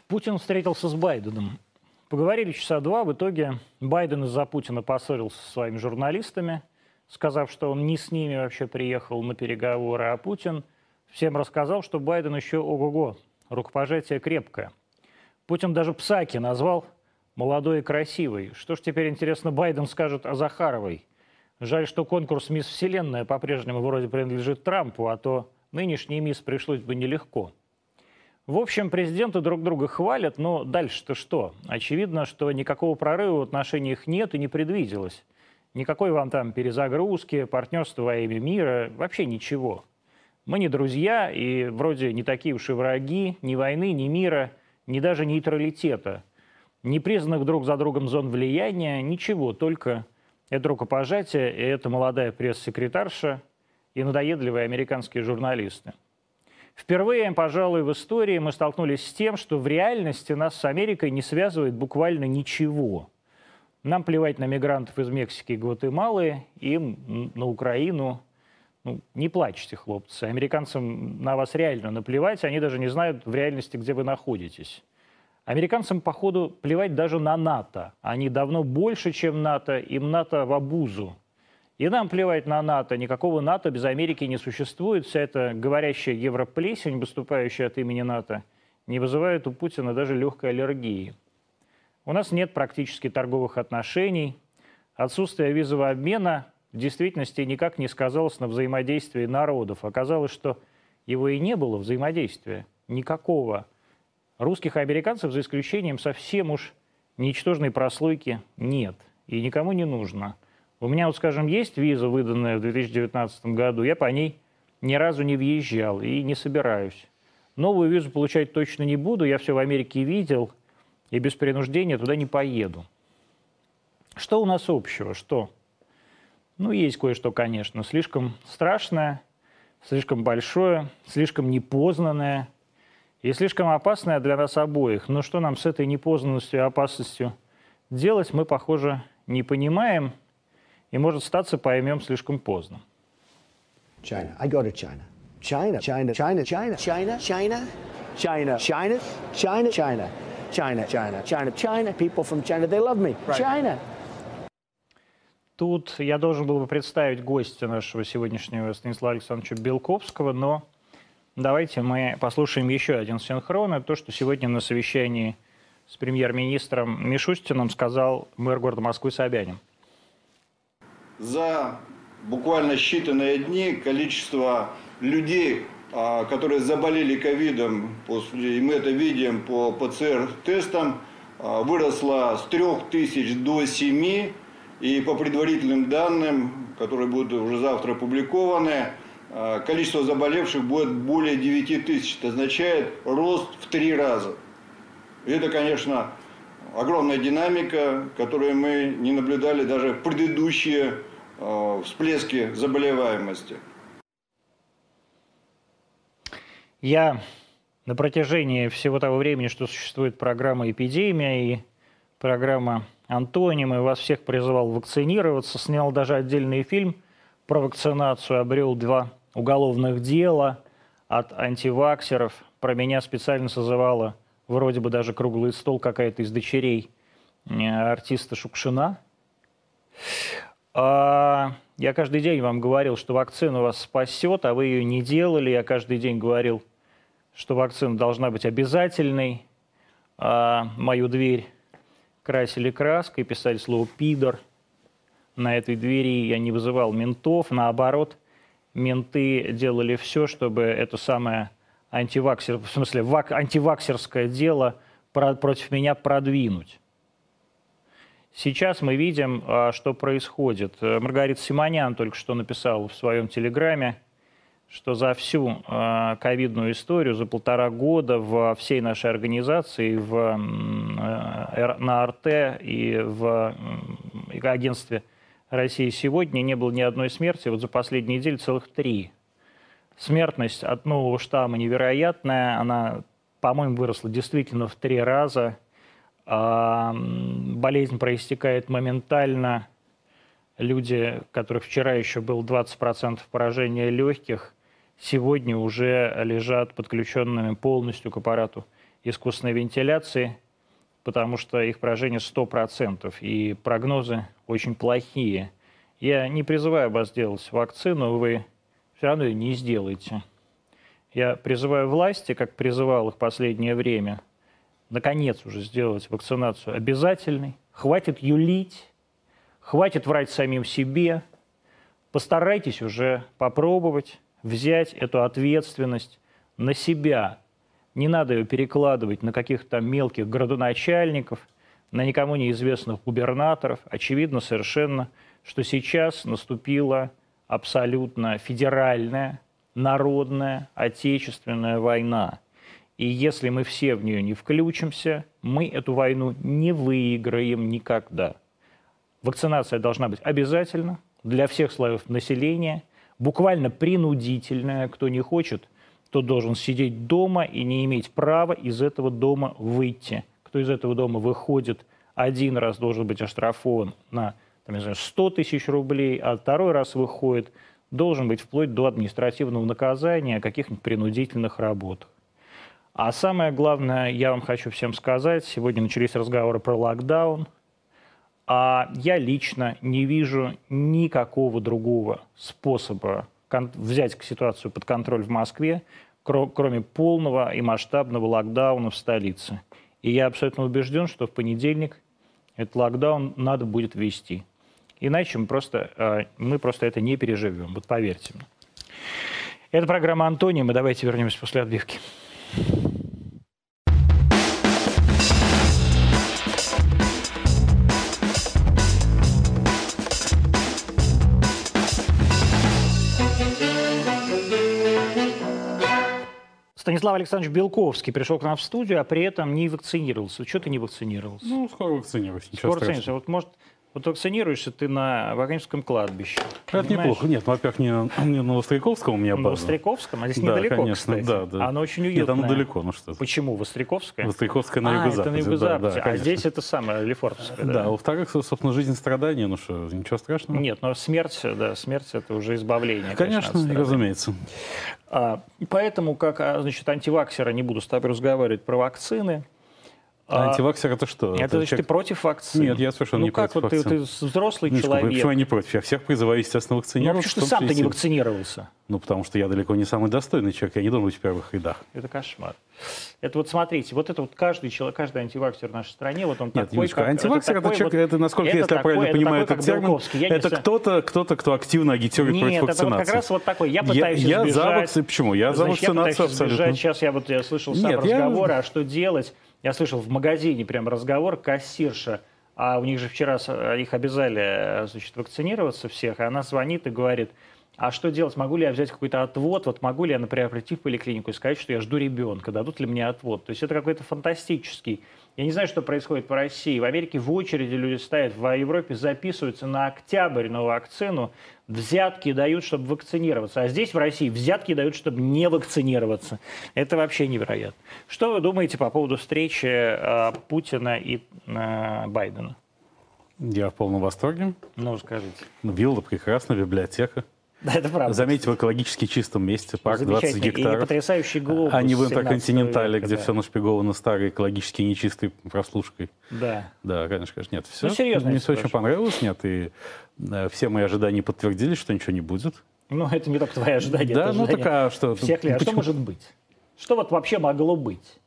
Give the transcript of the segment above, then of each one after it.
Путин встретился с Байденом. Поговорили часа два. В итоге Байден из-за Путина поссорился со своими журналистами, сказав, что он не с ними вообще приехал на переговоры, а Путин всем рассказал, что Байден еще ого-го, рукопожатие крепкое. Путин даже Псаки назвал молодой и красивой. Что ж теперь, интересно, Байден скажет о Захаровой? Жаль, что конкурс «Мисс Вселенная» по-прежнему вроде принадлежит Трампу, а то нынешний мисс пришлось бы нелегко. В общем, президенты друг друга хвалят, но дальше-то что? Очевидно, что никакого прорыва в отношениях нет и не предвиделось. Никакой вам там перезагрузки, партнерства во имя мира, вообще ничего. Мы не друзья и вроде не такие уж и враги, ни войны, ни мира, ни даже нейтралитета. Не признанных друг за другом зон влияния, ничего, только это рукопожатие, и это молодая пресс-секретарша, и надоедливые американские журналисты. Впервые, пожалуй, в истории мы столкнулись с тем, что в реальности нас с Америкой не связывает буквально ничего. Нам плевать на мигрантов из Мексики и Гватемалы, им на Украину. Ну, не плачьте, хлопцы. Американцам на вас реально наплевать, они даже не знают в реальности, где вы находитесь. Американцам, походу, плевать даже на НАТО. Они давно больше, чем НАТО, им НАТО в обузу. И нам плевать на НАТО. Никакого НАТО без Америки не существует. Вся эта говорящая европлесень, выступающая от имени НАТО, не вызывает у Путина даже легкой аллергии. У нас нет практически торговых отношений. Отсутствие визового обмена в действительности никак не сказалось на взаимодействии народов. Оказалось, что его и не было взаимодействия. Никакого. Русских и американцев, за исключением совсем уж ничтожной прослойки, нет. И никому не нужно. У меня, вот, скажем, есть виза, выданная в 2019 году. Я по ней ни разу не въезжал и не собираюсь. Новую визу получать точно не буду. Я все в Америке видел и без принуждения туда не поеду. Что у нас общего? Что? Ну, есть кое-что, конечно. Слишком страшное, слишком большое, слишком непознанное и слишком опасное для нас обоих. Но что нам с этой непознанностью и опасностью делать, мы, похоже, не понимаем. И, может, статься, поймем слишком поздно. China. I go to China. China, China, China, China, China, China, China, China, China, China, China, China, China, China. People from China, they love me. China. Тут я должен был бы представить гостя нашего сегодняшнего Станислава Александровича Белковского, но давайте мы послушаем еще один синхрон. Это то, что сегодня на совещании с премьер-министром Мишустиным сказал мэр города Москвы Собянин. За буквально считанные дни количество людей, которые заболели ковидом, и мы это видим по ПЦР-тестам, выросло с 3000 до 7, и по предварительным данным, которые будут уже завтра опубликованы, количество заболевших будет более 9000. Это означает рост в 3 раза. И это, конечно, огромная динамика, которую мы не наблюдали даже в предыдущие всплески заболеваемости. Я на протяжении всего того времени, что существует программа «Эпидемия» и программа «Антонимы», вас всех призывал вакцинироваться, снял даже отдельный фильм про вакцинацию, обрел 2 уголовных дела от антиваксеров. Про меня специально созывала вроде бы даже круглый стол какая-то из дочерей артиста Шукшина. Я каждый день вам говорил, что вакцина вас спасет, а вы ее не делали. Я каждый день говорил, что вакцина должна быть обязательной. Мою дверь красили краской, писали слово «пидор». На этой двери я не вызывал ментов. Наоборот, менты делали все, чтобы это самое антиваксерское дело против меня продвинуть. Сейчас мы видим, что происходит. Маргарита Симонян только что написала в своем телеграме, что за всю ковидную историю, за 1,5 года во всей нашей организации, на РТ и в агентстве «Россия сегодня» не было ни одной смерти. Вот за последнюю неделю целых 3. Смертность от нового штамма невероятная. Она, по-моему, выросла действительно в 3 раза. Болезнь проистекает моментально. Люди, которых вчера еще было 20% поражения легких, сегодня уже лежат подключенными полностью к аппарату искусственной вентиляции, потому что их поражение 100%, и прогнозы очень плохие. Я не призываю вас сделать вакцину, вы все равно ее не сделаете. Я призываю власти, как призывал их в последнее время, наконец уже сделать вакцинацию обязательной. Хватит юлить, хватит врать самим себе. Постарайтесь уже попробовать взять эту ответственность на себя. Не надо ее перекладывать на каких-то мелких градоначальников, на никому неизвестных губернаторов. Очевидно совершенно, что сейчас наступила абсолютно федеральная, народная, отечественная война. И если мы все в нее не включимся, мы эту войну не выиграем никогда. Вакцинация должна быть обязательна для всех слоев населения, буквально принудительная. Кто не хочет, тот должен сидеть дома и не иметь права из этого дома выйти. Кто из этого дома выходит один раз, должен быть оштрафован на 100 тысяч рублей, а второй раз выходит, должен быть вплоть до административного наказания о каких-нибудь принудительных работах. А самое главное, я вам хочу всем сказать, сегодня начались разговоры про локдаун, а я лично не вижу никакого другого способа взять ситуацию под контроль в Москве, кроме полного и масштабного локдауна в столице. И я абсолютно убежден, что в понедельник этот локдаун надо будет ввести. Иначе мы просто это не переживем, вот поверьте мне. Это программа «Антониум», и давайте вернемся после отбивки. Станислав Александрович Белковский пришел к нам в студию, а при этом не вакцинировался. Что ты не вакцинировался? Ну, скоро вакцинируюсь, ничего страшного. Вот, может, вакцинируешься ты на Ваганьевском кладбище. Это неплохо. Нет, во-первых, не на Востряковском у меня база. На Востряковском? А здесь недалеко, конечно, кстати. Да. Оно очень уютное. Нет, оно далеко, ну что. Почему? Востряковская? Востряковская на юго-западе. Это на юго-западе. Да, а здесь это самое, Лефортовское. Да, во-вторых, собственно, жизнь страдания, ну что, ничего страшного. Нет, но смерть это уже избавление. Конечно, разумеется. Поэтому, как, значит, антиваксера, не буду с тобой разговаривать про вакцины. Антиваксер это что? Это значит, ты против вакцин? Нет, я совершенно не против вакцин. Ты взрослый человек. Почему я не против? Я всех призываю, естественно, вакцинироваться. Почему ты сам-то не вакцинировался? Ну, потому что я далеко не самый достойный человек, я не должен быть в первых рядах. Это кошмар. Это вот смотрите, вот это вот каждый антиваксер в нашей стране, вот он Нет, такой, как... Антиваксер это человек, это, насколько я правильно понимаю этот термин, это кто-то, кто активно агитирует против вакцинации. Нет, это вот как раз вот такой. Я пытаюсь избежать... Почему? Я за вакцинацию абсолютно. Сейчас я слышал сам разговоры, а что делать? Я слышал в магазине прям разговор, кассирша, а у них же вчера их обязали, значит, вакцинироваться всех, и она звонит и говорит, а что делать, могу ли я взять какой-то отвод, вот могу ли я, например, прийти в поликлинику и сказать, что я жду ребенка, дадут ли мне отвод. То есть это какой-то фантастический. Я не знаю, что происходит в России. В Америке в очереди люди стоят, в Европе записываются на октябрь на вакцину, взятки дают, чтобы вакцинироваться. А здесь, в России, взятки дают, чтобы не вакцинироваться. Это вообще невероятно. Что вы думаете по поводу встречи Путина и Байдена? Я в полном восторге. Ну, скажите. Вилла прекрасная, библиотека. Да, это правда. Заметьте, в экологически чистом месте, парк 20 гектаров. И потрясающий глобус. А не в Интерконтинентале, где все нашпиговано старой, экологически нечистой прослушкой. Да. Да, конечно, нет. Все, ну, серьезно. Мне все очень понравилось, нет. И все мои ожидания подтвердились, что ничего не будет. Ну, это не только твои ожидания. Да, ну так а что? Всех ли? А что может быть? Что вот вообще могло быть?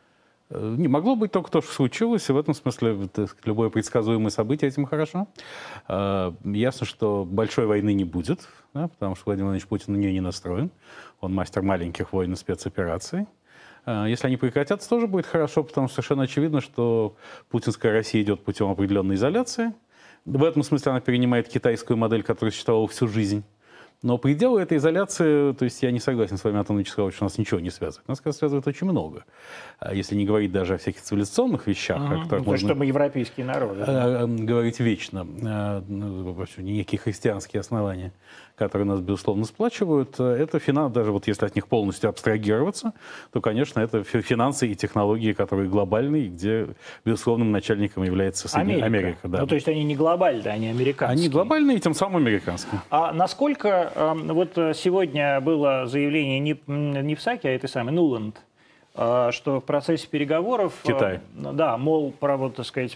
Не могло быть только то, что случилось, и в этом смысле любое предсказуемое событие этим хорошо. Ясно, что большой войны не будет, да, потому что Владимир Владимирович Путин на нее не настроен. Он мастер маленьких войн и спецопераций. Если они прекратятся, тоже будет хорошо, потому что совершенно очевидно, что путинская Россия идет путем определенной изоляции. В этом смысле она перенимает китайскую модель, которую существовала всю жизнь. Но пределы этой изоляции, то есть я не согласен с вами, Антон Вячеславович, что нас ничего не связывает. Нас связывает очень много. Если не говорить даже о всяких цивилизационных вещах, о которых можно... что мы европейские народы. Говорить вечно, вообще никакие христианские основания, которые нас, безусловно, сплачивают, это финансы, даже вот если от них полностью абстрагироваться, то, конечно, это финансы и технологии, которые глобальные, где безусловным начальником является Америка. Да. Ну, то есть они не глобальные, они американские. Они глобальные и тем самым американские. А насколько вот сегодня было заявление не Псаки, а этой самой Нуланд, что в процессе переговоров... Китай. Да, мол, так сказать,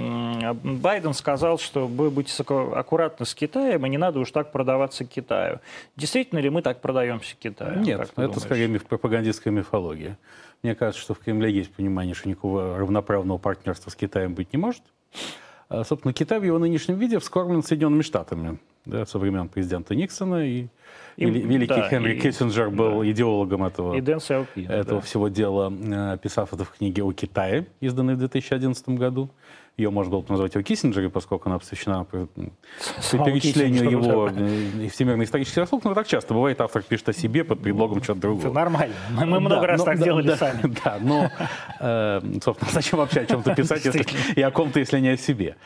Байден сказал, что вы будете аккуратны с Китаем, и не надо уж так продаваться Китаю. Действительно ли мы так продаемся Китаю? Нет, это скорее пропагандистская мифология. Мне кажется, что в Кремле есть понимание, что никакого равноправного партнерства с Китаем быть не может. Собственно, Китай в его нынешнем виде вскормлен Соединенными Штатами, да, со времен президента Никсона. И великий Хенри Киссинджер был идеологом этого всего дела, писав это в книге о Китае, изданной в 2011 году. Ее можно было бы назвать его Киссинджере, поскольку она посвящена перечислению его всемирной исторической заслуг. Но так часто бывает, автор пишет о себе под предлогом чего-то другого. Это нормально. Мы много раз так делали сами. Да, но, собственно, зачем вообще о чем-то писать и о ком-то, если не о себе?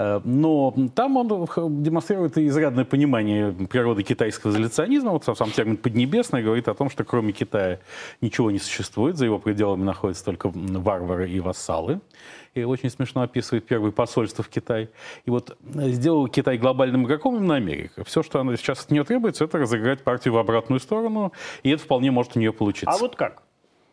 Но там он демонстрирует изрядное понимание природы китайского изоляционизма. Вот сам термин «поднебесный» говорит о том, что кроме Китая ничего не существует, за его пределами находятся только варвары и вассалы. И очень смешно описывает первое посольство в Китай. И вот сделал Китай глобальным игроком именно Америка. Все, что она сейчас от нее требуется, это разыграть партию в обратную сторону, и это вполне может у нее получиться. А вот как?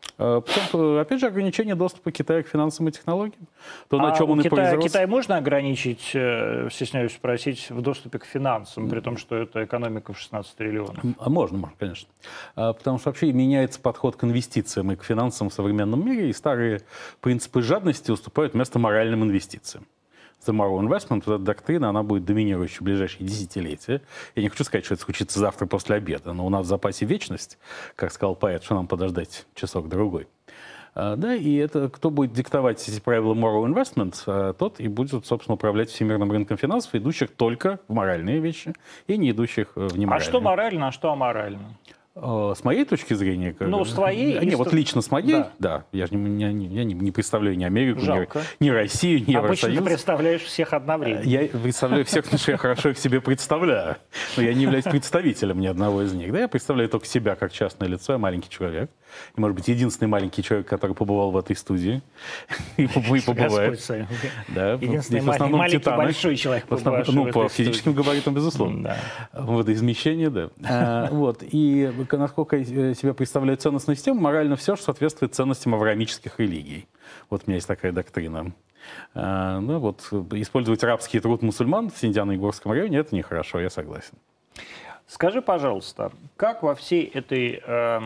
Потом, опять же, ограничение доступа Китая к финансам и технологиям. То, на чем он и произрос. Китай можно ограничить, стесняюсь спросить, в доступе к финансам, при том, что это экономика в 16 триллионов? Можно, конечно. Потому что вообще меняется подход к инвестициям и к финансам в современном мире, и старые принципы жадности уступают место моральным инвестициям. The moral investment, вот эта доктрина, она будет доминирующей в ближайшие десятилетия. Я не хочу сказать, что это случится завтра после обеда, но у нас в запасе вечность, как сказал поэт, что нам подождать часок-другой. Да, и это кто будет диктовать эти правила moral investment, тот и будет, собственно, управлять всемирным рынком финансов, идущих только в моральные вещи и не идущих в неморальные. А что морально, а что аморально? С моей точки зрения... Ну, с твоей... Не, вот лично с моей, да. Я же не представляю ни Америку, ни Россию, ни Евросоюз. Обычно ты представляешь всех одновременно. Я представляю всех, потому что я хорошо их себе представляю. Но я не являюсь представителем ни одного из них. Да, я представляю только себя как частное лицо, я маленький человек. И, может быть, единственный маленький человек, который побывал в этой студии. И побывает. Да, единственный маленький большой человек, побывавший в этой студии. По физическим габаритам, безусловно. Водоизмещение, да. Вот. И насколько я себе представляю ценностную систему, морально все, что соответствует ценностям авраамических религий. Вот у меня есть такая доктрина. Ну, вот, использовать рабский труд мусульман в Синьцзяно-Уйгурском районе – это нехорошо, я согласен. Скажи, пожалуйста, как во всей этой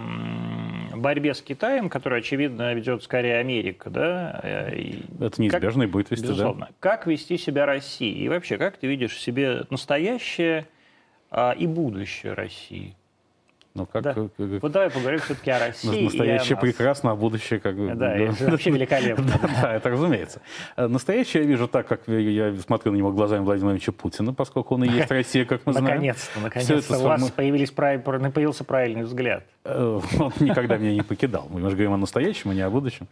борьбе с Китаем, которую, очевидно, ведет скорее Америка, да? Это неизбежно и будет вести, безусловно. Да. Как вести себя России? И вообще, как ты видишь в себе настоящее и будущее России? Ну, как, да. Вот давай поговорим все-таки о России. Настоящее прекрасно, а будущее как бы... Да, это вообще великолепно. Да, это разумеется. Настоящее я вижу так, как я смотрю на него глазами Владимира Владимировича Путина, поскольку он и есть Россия, как мы знаем. Наконец-то у вас появился правильный взгляд. Он никогда меня не покидал. Мы же говорим о настоящем, а не о будущем.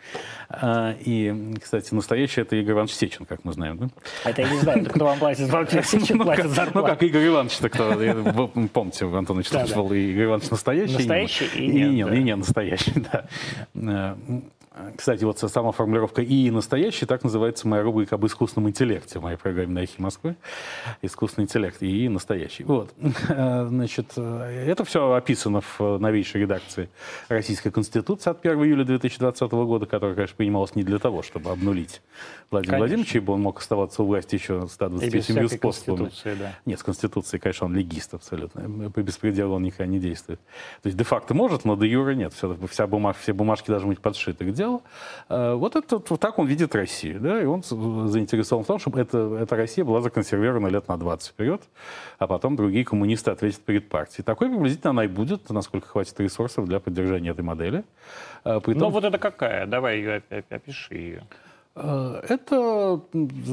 И, кстати, настоящее — это Игорь Иванович Сечин, как мы знаем. Да? Это я не знаю, кто вам платит. Вам Сечин платит зарплату. Ну, как Игорь Иванович-то кто? Помните, Антонович спрашивал, Игорь Иванович настоящий? Настоящий и не настоящий, да. Кстати, вот сама формулировка «и настоящий» так называется моя рубрика об искусственном интеллекте в моей программе на «Эхе Москвы». Искусственный интеллект и настоящий. Вот. Значит, это все описано в новейшей редакции Российской Конституции от 1 июля 2020 года, которая, конечно, принималась не для того, чтобы обнулить Владимира Владимировича, ибо он мог оставаться у власти еще 127 способами. Да. Нет, с Конституцией, конечно, он легист абсолютно. По беспределу он никогда не действует. То есть де-факто может, но де-юре нет. Все бумажки должны быть подшиты к делу. Вот так он видит Россию. Да? И он заинтересован в том, чтобы эта Россия была законсервирована лет на 20 вперед, а потом другие коммунисты ответят перед партией. Такой приблизительно она и будет, насколько хватит ресурсов для поддержания этой модели. Ну вот это какая? Давай ее опиши ее. Это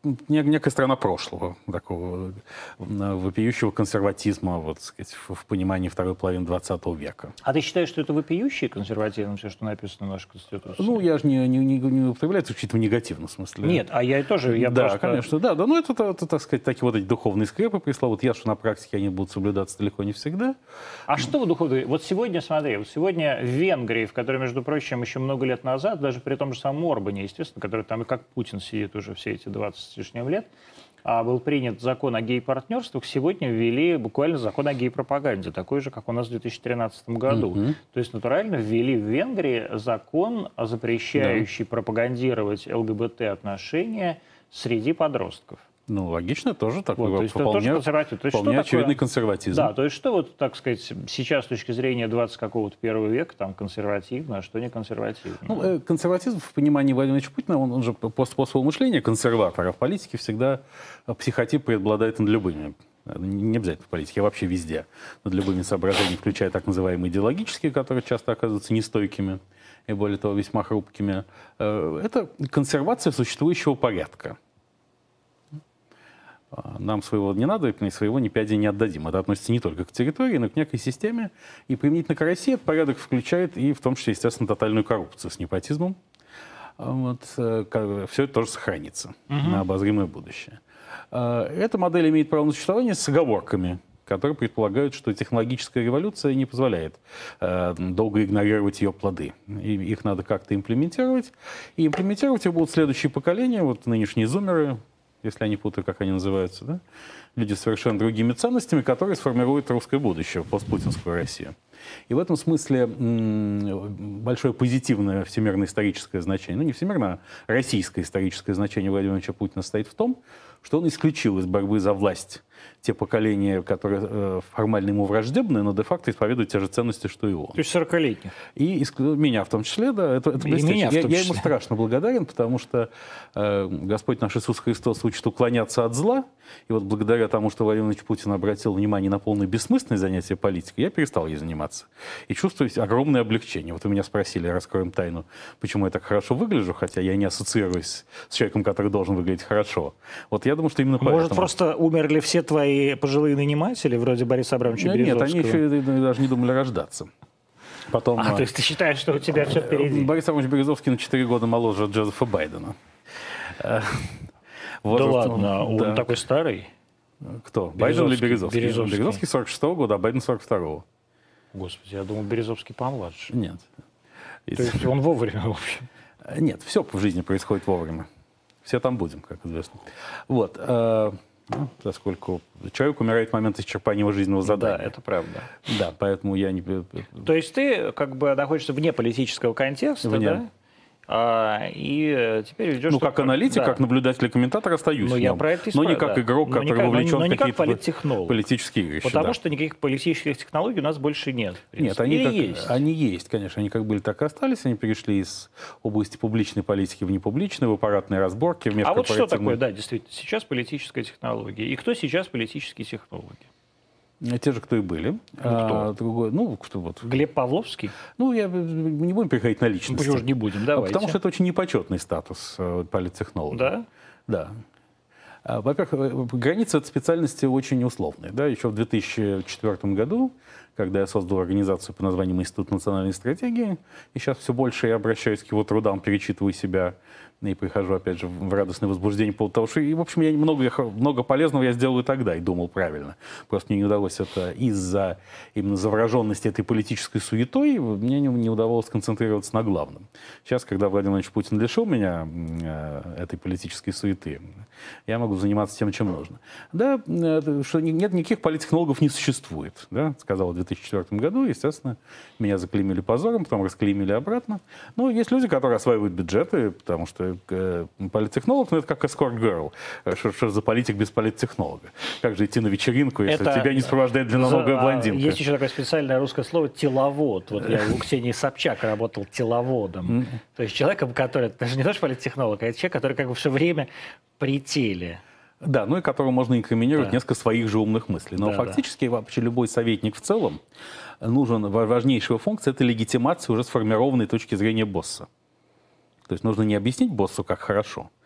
некая страна прошлого, такого вопиющего консерватизма, вот, так сказать, в понимании второй половины 20 века. А ты считаешь, что это вопиющий консерватизм, все, что написано в нашей Конституции? Ну, я же не употребляю это исключительно в негативном смысле. Нет, а я тоже... Да, просто... конечно, да. Ну, это, так сказать, такие вот эти духовные скрепы пресловут. Я, что на практике они будут соблюдаться далеко не всегда. А что вы духовные? Вот сегодня, смотри, вот сегодня в Венгрии, в которой, между прочим, еще много лет назад, даже при том же самом Орбане, естественно, который там и как Путин сидит уже все эти 20 с лишним лет, был принят закон о гей-партнерствах, сегодня ввели буквально закон о гей-пропаганде, такой же, как у нас в 2013 году. То есть натурально ввели в Венгрии закон, запрещающий пропагандировать ЛГБТ-отношения среди подростков. Ну, логично, тоже такой вот, вполне, вполне очевидный консерватизм. Да, то есть что вот, так сказать, сейчас с точки зрения 21 века там консервативно, а что не консервативно? Ну, консерватизм в понимании Владимира Ильича Путина, он же по способу мышления консерватора. В политике всегда психотип преобладает над любыми. Не обязательно в политике, а вообще везде. Над любыми соображениями, включая так называемые идеологические, которые часто оказываются нестойкими и, более того, весьма хрупкими. Это консервация существующего порядка. Нам своего не надо, и своего ни пяди не отдадим. Это относится не только к территории, но и к некой системе. И применительно к России этот порядок включает и, в том числе, естественно, тотальную коррупцию с непотизмом. Вот, все это тоже сохранится на обозримое будущее. Эта модель имеет право на существование с оговорками, которые предполагают, что технологическая революция не позволяет долго игнорировать ее плоды. И их надо как-то имплементировать. И имплементировать их будут следующие поколения, вот нынешние зумеры, если я не путаю, как они называются, да? Люди с совершенно другими ценностями, которые сформируют русское будущее, постпутинскую Россию. И в этом смысле большое позитивное всемирно-историческое значение, ну не всемирно, а российское историческое значение Владимира Ильича Путина состоит в том, что он исключил из борьбы за власть те поколения, которые формально ему враждебны, но де-факто исповедуют те же ценности, что и он. То есть 40-летних. И меня в том числе, да, это блестяще. Я ему страшно благодарен, потому что Господь наш Иисус Христос учит уклоняться от зла, и вот благодаря тому, что Владимир Ильич Путин обратил внимание на полное бессмысленное занятие политикой, я перестал ей заниматься. И чувствую огромное облегчение. Вот вы меня спросили, раскроем тайну, почему я так хорошо выгляжу, хотя я не ассоциируюсь с человеком, который должен выглядеть хорошо. Вот я думаю, что именно поэтому... Может, просто умерли все твои пожилые наниматели, вроде Бориса Абрамовича Березовского? Нет, они еще даже не думали рождаться. Потом, то есть ты считаешь, что у тебя все впереди? Борис Абрамович Березовский на 4 года моложе Джозефа Байдена. Да ладно, он такой старый? Кто? Байден или Березовский? Березовский 46-го года, а Байден 42-го. Господи, я думал, Березовский помладше. Нет. То есть он вовремя, в общем? Нет, все в жизни происходит вовремя. Все там будем, как известно. Вот. Поскольку человек умирает в момент исчерпания его жизненного задания. Да, это правда. Да, поэтому я не... То есть ты как бы находишься вне политического контекста, да? И теперь ведешь... Ну, как аналитик, да. Как наблюдатель и комментатор остаюсь. Но я про это и но не как игрок, который вовлечен в какие-то политические вещи. Потому что никаких политических технологий у нас больше нет. Нет, они есть, конечно. Они как были, так и остались. Они перешли из области публичной политики в непубличную, в аппаратные разборки, в межкорпоративные... А вот что такое, да, действительно, сейчас политическая технология? И кто сейчас политические технологи? Те же, кто и были. Кто? Кто вот. Глеб Павловский? Ну, мы не будем переходить на личности. Почему же не будем? Давайте. Потому что это очень непочетный статус политтехнолога. Да? Да. Во-первых, границы этой специальности очень условные. Да? Еще в 2004 году, когда я создал организацию под названием Институт национальной стратегии, и сейчас все больше я обращаюсь к его трудам, перечитываю себя и прихожу, опять же, в радостное возбуждение по поводу того, что, и, в общем, я много полезного я сделал и тогда, и думал правильно. Просто мне не удалось это из-за именно завороженности этой политической суетой, мне не удавалось сконцентрироваться на главном. Сейчас, когда Владимир Владимирович Путин лишил меня этой политической суеты, я могу заниматься тем, чем нужно. Да, что нет, никаких политтехнологов не существует, да, сказал в 2004 году, естественно, меня заклеймили позором, потом расклеймили обратно. Но есть люди, которые осваивают бюджеты, потому что политтехнолог, это как эскорт-герл. Что за политик без политтехнолога? Как же идти на вечеринку, если тебя не сопровождает длинноногая блондинка? Есть еще такое специальное русское слово «теловод». Вот я у Ксении Собчак работал теловодом. То есть человеком, который, даже не то что политтехнолог, а это человек, который как бы все время при теле. Да, ну и которому можно инкриминировать несколько своих же умных мыслей. Но фактически вообще любой советник в целом нужен, важнейшая функция – это легитимация уже сформированной точки зрения босса. То есть нужно не объяснить боссу, как хорошо,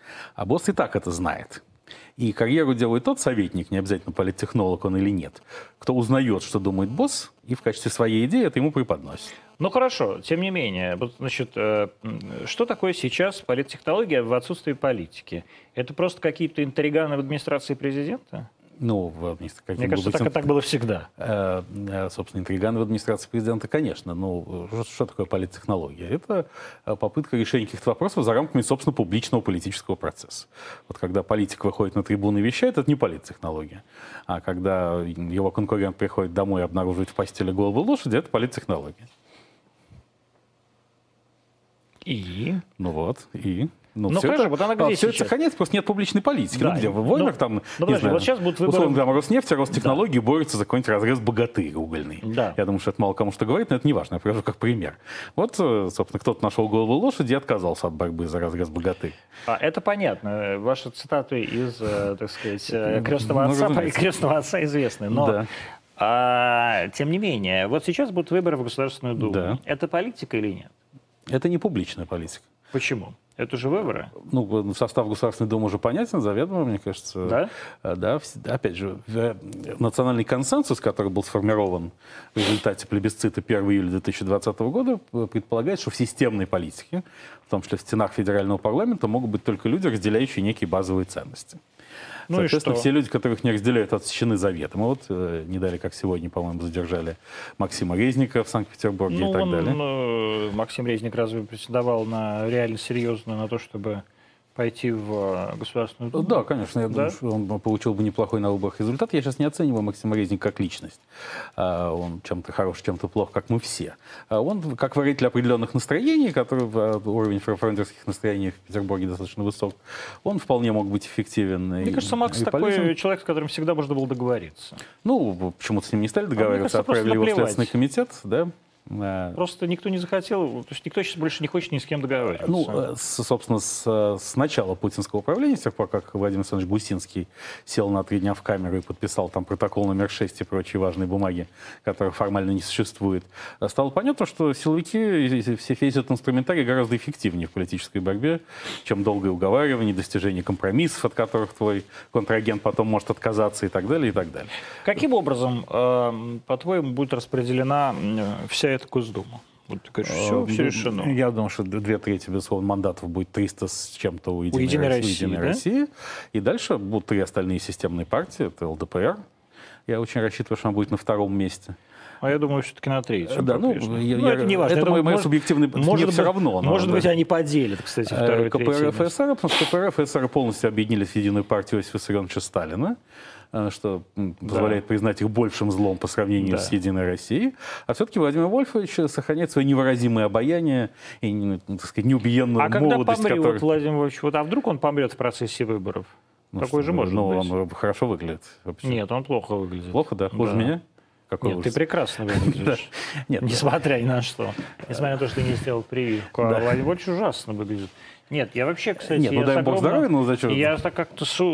А босс и так это знает. И карьеру делает тот советник, не обязательно политтехнолог он или нет, кто узнает, что думает босс, и в качестве своей идеи это ему преподносит. Ну хорошо, тем не менее, вот, значит, что такое сейчас политтехнология в отсутствии политики? Это просто какие-то интриганы в администрации президента? Ну, мне кажется, так было всегда. Собственно, интриганы в администрации президента, конечно. Ну, что такое политтехнология? Это попытка решения каких-то вопросов за рамками, собственно, публичного политического процесса. Вот когда политик выходит на трибуну и вещает, это не политтехнология. А когда его конкурент приходит домой и обнаруживает в постели голову лошади, это политтехнология. И? Ну вот, и... Ну, все хорошо, это, вот она где все сейчас? Это сохраняется, просто нет публичной политики. Да. Ну, где? В войнах там, не знаю, вот сейчас будут выборы... условно говоря, Роснефть, Ростехнологии борются за какой-нибудь разрез богатырь угольный. Да. Я думаю, что это мало кому что говорит, но это не важно, я привожу как пример. Вот, собственно, кто-то нашел голову лошади и отказался от борьбы за разрез богатырь. Это понятно. Ваши цитаты из, так сказать, крестного отца известны. Но, тем не менее, вот сейчас будут выборы в Государственную Думу. Да. Это политика или нет? Это не публичная политика. Почему? Это же выборы. Ну, состав Государственной Думы уже понятен, заведомо, мне кажется. Да? Да. Опять же, национальный консенсус, который был сформирован в результате плебисцита 1 июля 2020 года, предполагает, что в системной политике, в том числе в стенах федерального парламента, могут быть только люди, разделяющие некие базовые ценности. Ну соответственно, все люди, которых не разделяют, отсечены заветом. И вот не дали, как сегодня, по-моему, задержали Максима Резника в Санкт-Петербурге и так далее. Максим Резник разве претендовал на реально серьезно на то, чтобы пойти в Государственную Думу? Да, конечно. Я думаю, что он получил бы неплохой на выборах результат. Я сейчас не оцениваю Максима Резника как личность. Он чем-то хорош, чем-то плох, как мы все. Он как выразитель определенных настроений, который уровень фронтовских настроений в Петербурге достаточно высок, он вполне мог быть эффективен. Мне кажется, Макс такой человек, с которым всегда можно было договориться. Ну, почему-то с ним не стали договариваться, отправили его в Следственный комитет, да? Просто никто не захотел, то есть никто сейчас больше не хочет ни с кем договариваться. Ну, собственно, с начала путинского управления, с тех пор, как Владимир Александрович Гусинский сел на 3 дня в камеру и подписал там протокол номер 6 и прочие важные бумаги, которых формально не существует, стало понятно, что силовики, весь этот инструментарий гораздо эффективнее в политической борьбе, чем долгое уговаривание, достижение компромиссов, от которых твой контрагент потом может отказаться и так далее, и так далее. Каким образом, по-твоему, будет распределена вся эта Госдума? Вот ты говоришь, все решено. Я думаю, что 2/3, безусловно, мандатов будет 300 с чем-то у Единой России. И дальше будут 3 остальные системные партии. Это ЛДПР. Я очень рассчитываю, что она будет на 2-м месте. А я думаю, все-таки на 3-м. Да, это не важно. Это мое субъективное... Мне все равно. Может быть, они поделят, кстати, 2-й и 3-й. КПРФ и СССР, потому что КПРФ и СССР полностью объединились в единую партию Иосифа Виссарионовича Сталина, что позволяет признать их большим злом по сравнению с Единой Россией. А все-таки Владимир Вольфович сохраняет свое невыразимое обаяние и, так сказать, неубиенную молодость. А когда помрет Владимир Вольфович, а вдруг он помрет в процессе выборов? Такой же может быть. Он хорошо выглядит. Вообще. Нет, он плохо выглядит. Плохо, да? Хуже меня? Нет, ты прекрасно выглядишь. Несмотря ни на что. Несмотря на то, что ты не сделал прививку. А Владимир Вольфович ужасно выглядит. Нет, я вообще, кстати, нет, дай бог здоровья, но зачем? Я так как-то с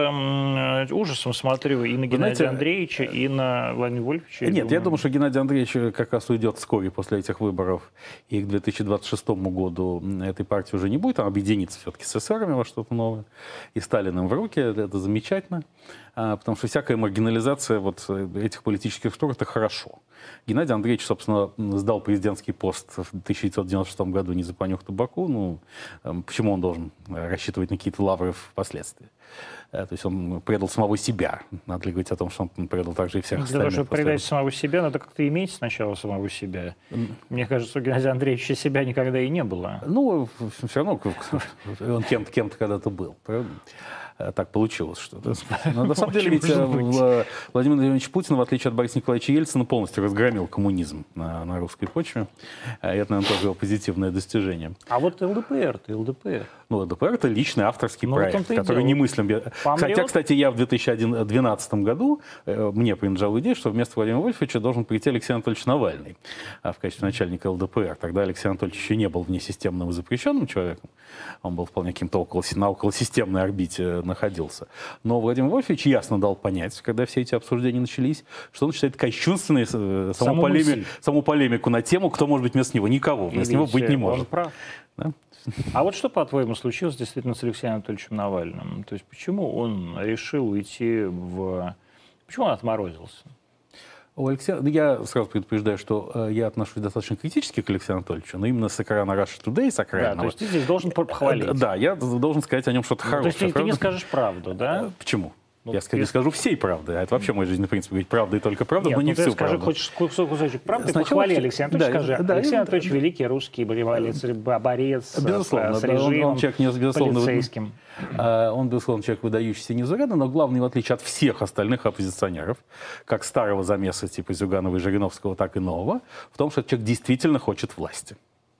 ужасом смотрю и на Геннадия Андреевича, и на Владимира Вольфовича. Нет, я думаю, что Геннадий Андреевич как раз уйдет вскоре после этих выборов, и к 2026 году этой партии уже не будет, она объединится все-таки с СССРами во что-то новое, и Сталиным в руки, это замечательно, потому что всякая маргинализация вот этих политических структур — это хорошо. Геннадий Андреевич, собственно, сдал президентский пост в 1996 году не за понюх табаку, ну, почему он должен рассчитывать на какие-то лавры впоследствии? То есть он предал самого себя. Надо ли говорить о том, что он предал также и всех остальных? Для того, чтобы предать самого себя, надо как-то иметь сначала самого себя. Мне кажется, у Геннадия Андреевича себя никогда и не было. Ну, все равно он кем-то когда-то был, правда? Так получилось, что... Но на самом деле, ведь Владимир Владимирович Путин, в отличие от Бориса Николаевича Ельцина, полностью разгромил коммунизм на русской почве. И это, наверное, тоже его позитивное достижение. А вот ЛДПР-то, ЛДПР. Ну, ЛДПР — это личный авторский проект, который немыслим. Хотя, кстати, я в 2012 году, мне принадлежала идея, что вместо Владимира Вольфовича должен прийти Алексей Анатольевич Навальный в качестве начальника ЛДПР. Тогда Алексей Анатольевич еще не был внесистемным и запрещенным человеком. Он был вполне каким-то на околосистемной орбите находился. Но Владимир Вольфович ясно дал понять, когда все эти обсуждения начались, что он считает кощунственной саму полемику на тему, кто может быть вместо него. Никого вместо него быть не может. Да? А вот что, по-твоему, случилось действительно с Алексеем Анатольевичем Навальным? То есть почему он решил уйти в... Почему он отморозился? Я сразу предупреждаю, что я отношусь достаточно критически к Алексею Анатольевичу, но именно с экрана Russia Today, с экранного. Да, то есть ты здесь должен похвалить. Да, я должен сказать о нем что-то хорошее. То есть ты не скажешь правду, да? Почему? Ну, я скажу всей правды. А это вообще в моей жизни, в принципе, говорить правда и только правда, Нет, но не всю скажи, правду. хочешь кусочек правды, Сначала похвали Алексея Анатольевича, скажи. да, Алексей Анатольевич великий русский борец безусловно, с режимом он человек, безусловно, полицейским. Он, безусловно, человек выдающийся незаурядно, но главный, в отличие от всех остальных оппозиционеров, как старого замеса типа Зюганова и Жириновского, так и нового, в том, что этот человек действительно хочет власти.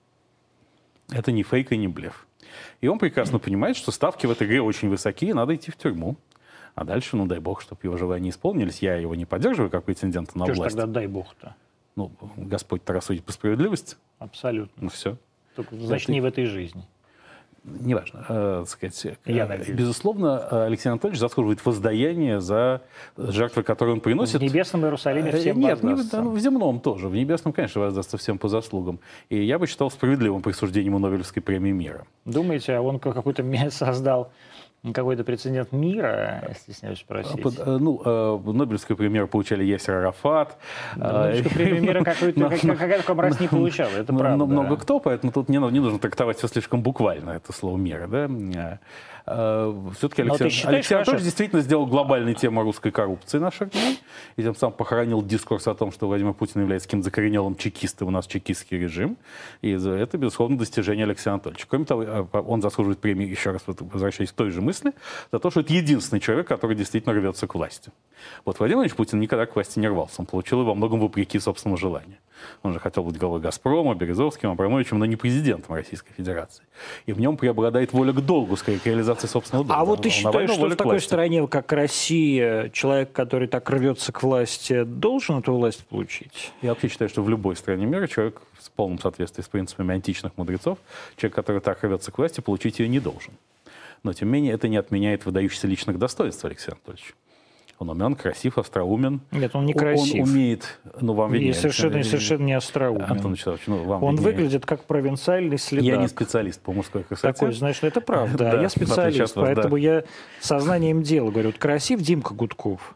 Это не фейк и не блеф. И он прекрасно понимает, что ставки в этой игре очень высокие, надо идти в тюрьму. А дальше, ну дай бог, чтобы его желания исполнились. Я его не поддерживаю как претендента на Что ж власть. тогда дай бог-то? Ну, Господь-то рассудит по справедливости. Абсолютно. Ну все. Только, значит, не в этой жизни. Неважно. Сказать, Я надеюсь. безусловно, Алексей Анатольевич заслуживает воздаяния за жертвы, которые он приносит. В небесном Иерусалиме всем Нет, воздастся. в земном тоже. В небесном, конечно, воздастся всем по заслугам. И я бы считал справедливым присуждением ему Нобелевской премии мира. Думаете, он какой-то создал какой-то прецедент мира, стесняюсь спросить? Нобелевскую премию получали Ясер Арафат. Нобелевскую премию мира какая-то мразь не получала, это правда. Много кто, поэтому тут не нужно трактовать все слишком буквально, это слово «мира». Да? Все-таки Алексей Анатольевич действительно сделал глобальной тему русской коррупции наших дней, и тем самым похоронил дискурс о том, что Владимир Путин является каким-то закоренелым чекистом, у нас чекистский режим. И это, безусловно, достижение Алексея Анатольевича. Кроме того, он заслуживает премии, еще раз возвращаясь к той же мысли, за то, что это единственный человек, который действительно рвется к власти. Вот Владимир Владимирович Путин никогда к власти не рвался. Он получил его во многом вопреки собственному желанию. Он же хотел быть главой «Газпрома», Березовским, Абрамовичем, но не президентом Российской Федерации. И в нем преобладает воля к долгу, скорее, к реализации собственного долга. А вот ты считаешь, что в такой стране, как Россия, человек, который так рвется к власти, должен эту власть получить? Я вообще считаю, что в любой стране мира человек в полном соответствии с принципами античных мудрецов, человек, который так рвется к власти, получить ее не должен. Но, тем не менее, это не отменяет выдающихся личных достоинств Алексея Анатольевича. Он умен, красив, остроумен. Нет, он не красив. Он умеет, вам виднее. Совершенно не остроумен. Антон Вячеславович, вам он виднее. выглядит как провинциальный следак. Я не специалист по мужской красоте. Такой, значит, это правда. Да, я специалист, поэтому да. я сознанием дела говорю. Вот красив Димка Гудков.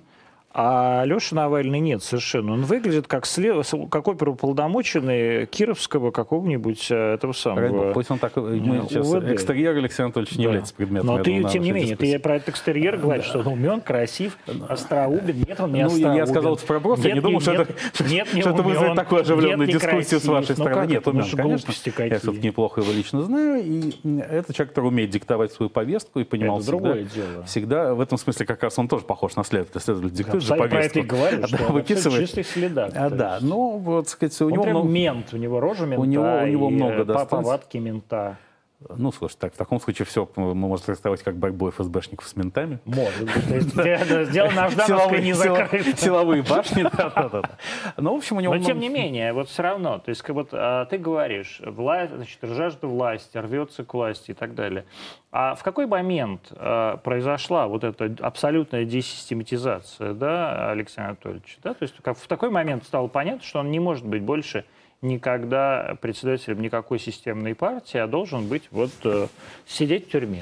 А Леша Навальный нет совершенно. Он выглядит как оперуполномоченный Кировского какого-нибудь этого самого. Пусть он так... Экстерьер Алексея Анатольевича не является предметом. Но ты, тем не менее, ты про этот экстерьер говоришь, что он умен, красив, остроумен. Нет, он не остроумен. Я сказал это в проброс, я не думал, что это вызовет такую оживленную дискуссию с вашей стороны. Нет, умен, конечно. Я все-таки неплохо его лично знаю. И это человек, который умеет диктовать свою повестку и понимал всегда. В этом смысле как раз он тоже похож на следователя. Диктует же повестку. Про это и говорю, что выписывает. Чистый следак. Да, ну, вот, сказать, у него прям много... мент, у него рожа мента, у него много повадки мента. Ну, слушай, так, в таком случае все мы можем трактовать как борьбу ФСБшников с ментами. Может быть. То есть дело на Ждановской не закрыто. Силовые башни, да. Ну, в общем, у него... Но, тем не менее, вот все равно, то есть, как вот ты говоришь, власть, значит, жажда власти, рвется к власти и так далее. А в какой момент произошла вот эта абсолютная десистематизация, да, Алексея Анатольевича? Да? То есть в такой момент стало понятно, что он не может быть больше никогда председателем никакой системной партии, а должен быть вот сидеть в тюрьме.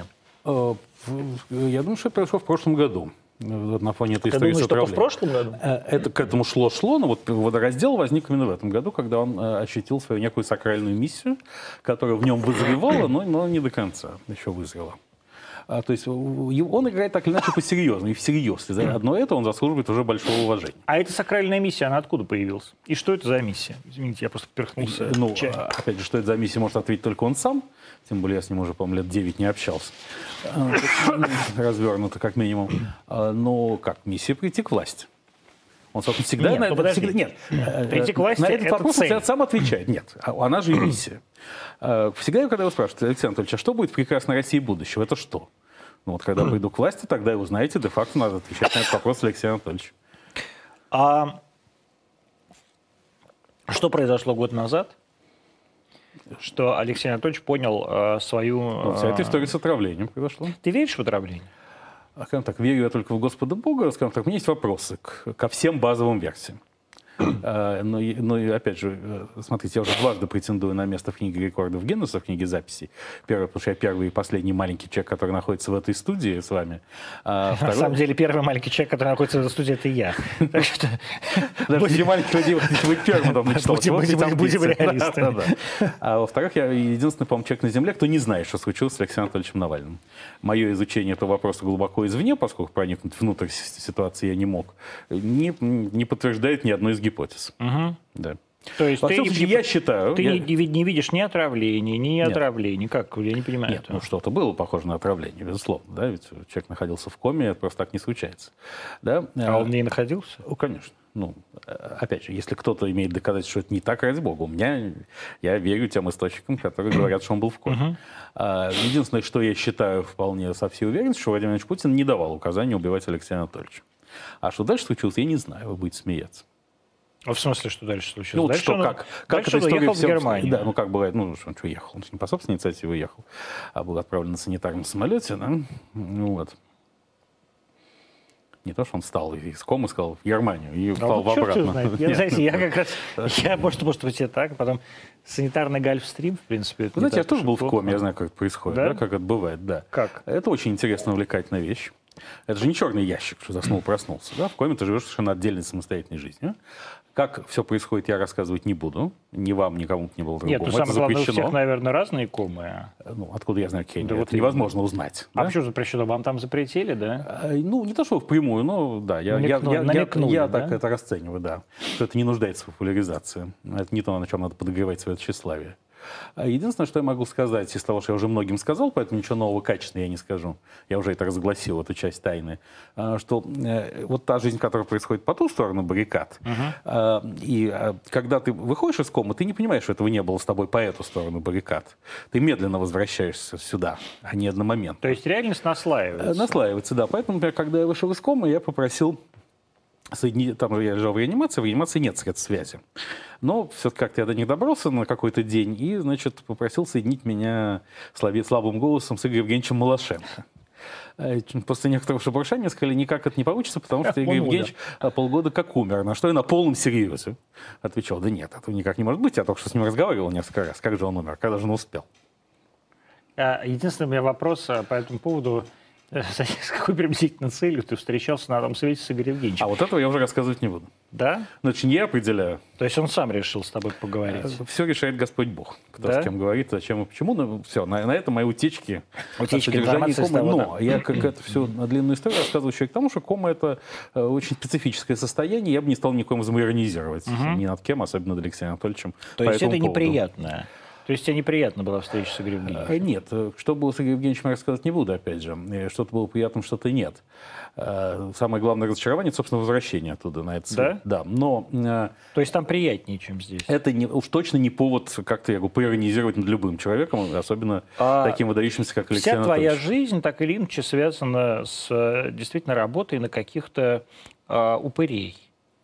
Я думаю, что это произошло в прошлом году. На фоне этой истории с управлением. Только в прошлом году? Это к этому шло, но вот водораздел возник именно в этом году, когда он ощутил свою некую сакральную миссию, которая в нем вызревала, но не до конца еще вызрела. То есть он играет так или иначе по-серьезному, и всерьез. И за одно это он заслуживает уже большого уважения. А эта сакральная миссия, она откуда появилась? И что это за миссия? Извините, я просто поперхнулся. Ну, опять же, что это за миссия, может ответить только он сам. Тем более я с ним уже, по-моему, лет 9 не общался. Развернуто, как минимум. Но как? Миссия прийти к власти. Он, собственно, всегда... Нет, прийти к власти — на этот вопрос цель. Он сам отвечает. Нет, она же и миссия. Всегда, когда его спрашивают: Алексей Анатольевич, а что будет в прекрасной России будущего? Это что? Ну вот когда приду к власти, тогда и узнаете, де-факто надо отвечать на этот вопрос Алексея Анатольевича. А что произошло год назад, что Алексей Анатольевич понял свою... Вся эта история с отравлением произошла. Ты веришь в отравление? Скажем так, верю я только в Господа Бога. Скажем так, у меня есть вопросы ко всем базовым версиям. Но опять же, смотрите, я уже дважды претендую на место в книге рекордов Гиннесса, в книге записей. Первое, потому что я первый и последний маленький человек, который находится в этой студии с вами. На самом деле, первый маленький человек, который находится в этой студии, это я. Даже не маленький человек, вы первым там начитал. Будем реалистами. А во-вторых, я единственный, по-моему, человек на Земле, кто не знает, что случилось с Алексеем Анатольевичем Навальным. Мое изучение этого вопроса глубоко извне, поскольку проникнуть внутрь ситуации я не мог, не подтверждает ни одной из гипотез. Да. То есть я считаю... Ты не видишь ни отравлений, ни отравлений. Как? Я не понимаю. Нет, ну что-то было похоже на отравление, безусловно. Да? Ведь человек находился в коме, это просто так не случается. Да? А он в ней находился? Ну, конечно. Ну, опять же, если кто-то имеет доказательство, что это не так, ради бога, я верю тем источникам, которые говорят, что он был в коме. Единственное, что я считаю вполне со всей уверенностью, что Владимир Владимирович Путин не давал указания убивать Алексея Анатольевича. А что дальше случилось, я не знаю, вы будете смеяться. А в смысле, что дальше случилось? Ну, дальше что, как эта история уехал в Германию. Да, ну как бывает, ну что уехал, он же не по собственной инициативе уехал, а был отправлен на санитарном самолете, да, ну вот. Не то, что он встал из комы, сказал в Германию и встал обратно. Я как раз, может быть, и так, потом санитарный гольфстрим, в принципе. Вы знаете, я тоже был в коме, я знаю, как это происходит, да? Да, как это бывает, да. Как? Это очень интересная, увлекательная вещь. Это же не черный ящик, что заснул, проснулся. Да? В коме ты живешь совершенно отдельной самостоятельной жизнью. Как все происходит, я рассказывать не буду. Ни вам, никому не было другому. Нет, ну самое главное, у всех, наверное, разные комы. Ну, откуда я знаю, какие да, это вот невозможно узнать. А да? почему запрещено? Вам там запретили, да? Ну, не то, что впрямую, но да. Я так это расцениваю, да. Что это не нуждается в популяризации. Это не то, на чем надо подогревать свое тщеславие. Единственное, что я могу сказать из того, что я уже многим сказал, поэтому ничего нового качественного я не скажу. Я уже это разгласил, эту часть тайны. Что вот та жизнь, которая происходит по ту сторону баррикад, и когда ты выходишь из комы, ты не понимаешь, что этого не было с тобой по эту сторону баррикад. Ты медленно возвращаешься сюда, а не одномоментно. То есть реальность наслаивается? Наслаивается, да. Поэтому, например, когда я вышел из комы, я попросил соединить, там я лежал в реанимации нет средств связи. Но все-таки как-то я до них добрался на какой-то день и, значит, попросил соединить меня слабым голосом с Игорем Евгеньевичем Малашенко. После некоторого шебуршания сказали, никак это не получится, потому что Игорь Евгеньевич полгода как умер. На что я на полном серьезе отвечал, да нет, этого никак не может быть. Я только что с ним разговаривал несколько раз. Как же он умер? Когда же он успел? Единственный у меня вопрос по этому поводу. С какой приблизительно целью ты встречался на том свете с Игорем Евгеньевичем? А вот этого я уже рассказывать не буду. Да? Значит, не я определяю. То есть он сам решил с тобой поговорить? Все решает Господь Бог. Кто с кем говорит, зачем и почему. Ну, все, на этом мои утечки. Утечки информации комы. Но я как это все на длинную историю рассказываю еще и к тому, что кома — это очень специфическое состояние. Я бы не стал никоим замиронизировать. Ни над кем, особенно над Алексеем Анатольевичем. То есть это неприятно? То есть тебе неприятно была встреча с Игорем Евгеньевичем? Нет. Что было с Игорем Евгеньевичем, я рассказать не буду, опять же. Что-то было приятным, что-то нет. Самое главное разочарование — это, собственно, возвращение оттуда на этот свет. Да? Да. Но... То есть там приятнее, чем здесь? Это уж точно не повод, как-то, я говорю, поиронизировать над любым человеком, особенно таким выдающимся, как Алексей Анатольевич. Вся твоя жизнь так или иначе связана с действительно работой на каких-то упырей.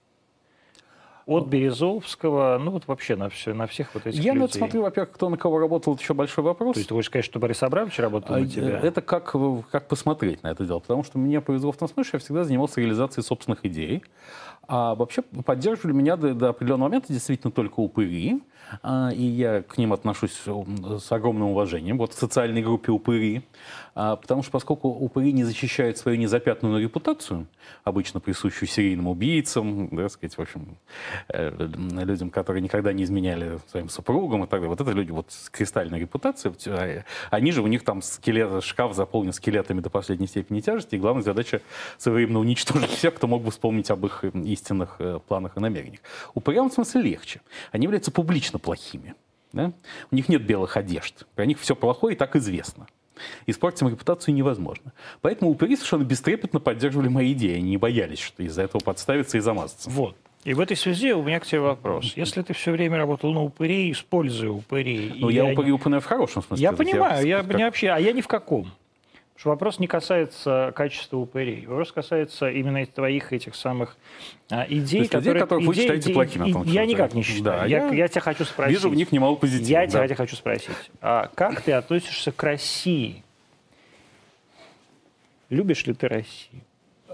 От Березовского, ну вот вообще на всех вот этих людей. Я на это смотрю, во-первых, кто на кого работал, это еще большой вопрос. То есть ты хочешь сказать, что Борис Абрамович работал на тебя? Это как посмотреть на это дело. Потому что мне повезло в том смысле, что я всегда занимался реализацией собственных идей. А вообще поддерживали меня до определенного момента действительно только упыри. И я к ним отношусь с огромным уважением. Вот в социальной группе упыри. Потому что поскольку упыри не защищают свою незапятнанную репутацию, обычно присущую серийным убийцам, да, сказать, в общем, людям, которые никогда не изменяли своим супругам и так далее. Вот это люди вот с кристальной репутацией. Они же, у них там шкаф заполнен скелетами до последней степени тяжести. И главная задача своевременно уничтожить всех, кто мог бы вспомнить об их истинных планах и намерениях. Упырям в смысле легче. Они являются публично плохими. Да? У них нет белых одежд. Про них все плохое и так известно. Испортить им репутацию невозможно. Поэтому упыри совершенно бестрепетно поддерживали мои идеи. Они не боялись, что из-за этого подставиться и замазаться. Вот. И в этой связи у меня к тебе вопрос. Если ты все время работал на упырей, используя упырей... Ну, я упыри упоминаю в хорошем смысле. Я понимаю, а я ни в каком. Потому что вопрос не касается качества упырей. Вопрос касается именно твоих этих самых идей, которые вы считаете плохими. Я никак не считаю. Да, я тебя хочу спросить. Вижу в них немало позитива. Я тебя хочу спросить. Как ты относишься к России? Любишь ли ты Россию?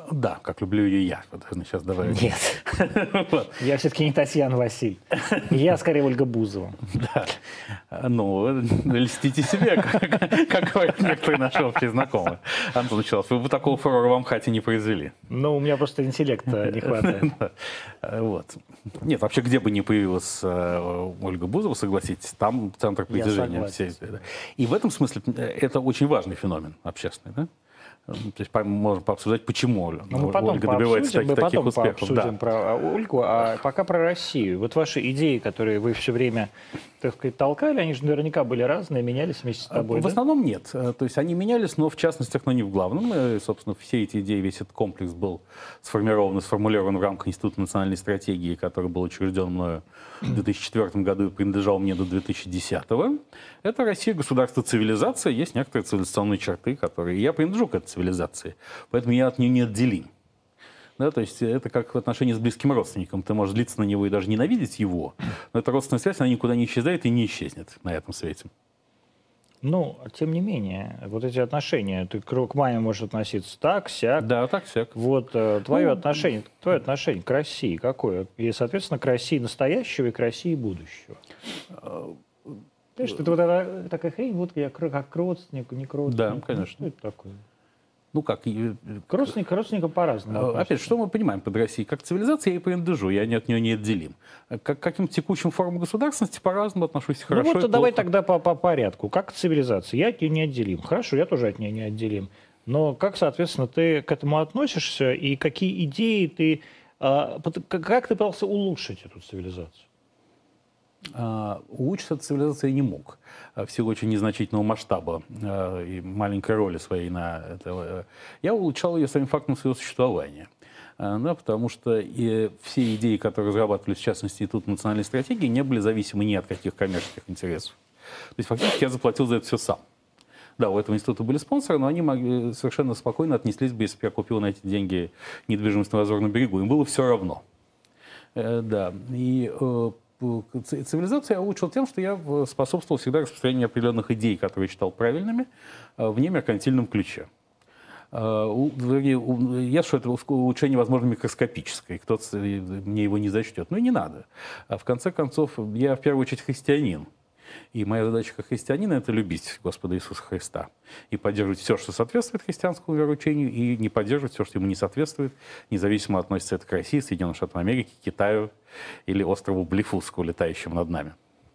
Да, как люблю ее я. Вот должны сейчас добавить. Нет. Я все-таки не Татьяна Василь. Я скорее Ольга Бузова. Да. Ну, льстите себе, как говорят некоторые наши общие знакомые. Антон Челов, вы бы такого фурора в Амхате не произвели. Ну, у меня просто интеллекта не хватает. Вот. Нет, вообще, где бы ни появилась Ольга Бузова, согласитесь, там центр притяжения. И в этом смысле это очень важный феномен общественный, да? То есть можем пообсуждать, почему Ольга добивается таких успехов. Пообсудим про Ольгу, а пока про Россию. Вот ваши идеи, которые вы все время, так сказать, толкали, они же наверняка были разные, менялись вместе с тобой, В основном нет. То есть они менялись, но в частностях, но не в главном. И, собственно, все эти идеи, весь этот комплекс был сформирован и сформулирован в рамках Института национальной стратегии, который был учрежден мною в 2004 году и принадлежал мне до 2010. Это Россия, государство, цивилизация. Есть некоторые цивилизационные черты, которые... Я принадлежу к этой цивилизации, поэтому я от нее неотделим. Да, то есть это как в отношении с близким родственником. Ты можешь злиться на него и даже ненавидеть его, но эта родственная связь, она никуда не исчезает и не исчезнет на этом свете. Ну, тем не менее, вот эти отношения, ты к маме можешь относиться так, сяк. Да, так, сяк. Вот твое отношение к России какое? И, соответственно, к России настоящего и к России будущего. Понимаешь, это вот такая хрень, вот я как к родственнику, не к родственнику. Да, конечно. Что это такое? Ну как? К родственникам по-разному. Опять, что мы понимаем под Россией? Как цивилизация я и принадлежу, я от нее неотделим. К каким-то текущим формам государственности по-разному отношусь хорошо. Ну вот давай тогда по порядку. Как цивилизация? Я от нее неотделим. Хорошо, я тоже от нее неотделим. Но как, соответственно, ты к этому относишься и какие идеи ты... Как ты пытался улучшить эту цивилизацию? Улучшить эту цивилизацию я не мог в силу очень незначительного масштаба и маленькой роли своей на это. Я улучшал ее самим фактом своего существования. Да, потому что все идеи, которые разрабатывались, в частности, Институт национальной стратегии, не были зависимы ни от каких коммерческих интересов. То есть фактически я заплатил за это все сам. Да, у этого института были спонсоры, но они совершенно спокойно отнеслись бы, если бы я купил на эти деньги недвижимость на Лазурном берегу. Им было все равно. Да, и... Цивилизацию я улучшил тем, что я способствовал всегда распространению определенных идей, которые считал правильными, в немеркантильном ключе. Я что это улучшение, возможно, микроскопическое, кто-то мне его не зачтет. Ну и не надо. В конце концов, я в первую очередь христианин. И моя задача как христианина – это любить Господа Иисуса Христа. И поддерживать все, что соответствует христианскому вероучению, и не поддерживать все, что ему не соответствует, независимо относится это к России, Соединенным Штатам Америки, Китаю или острову Блефуску, летающему над нами.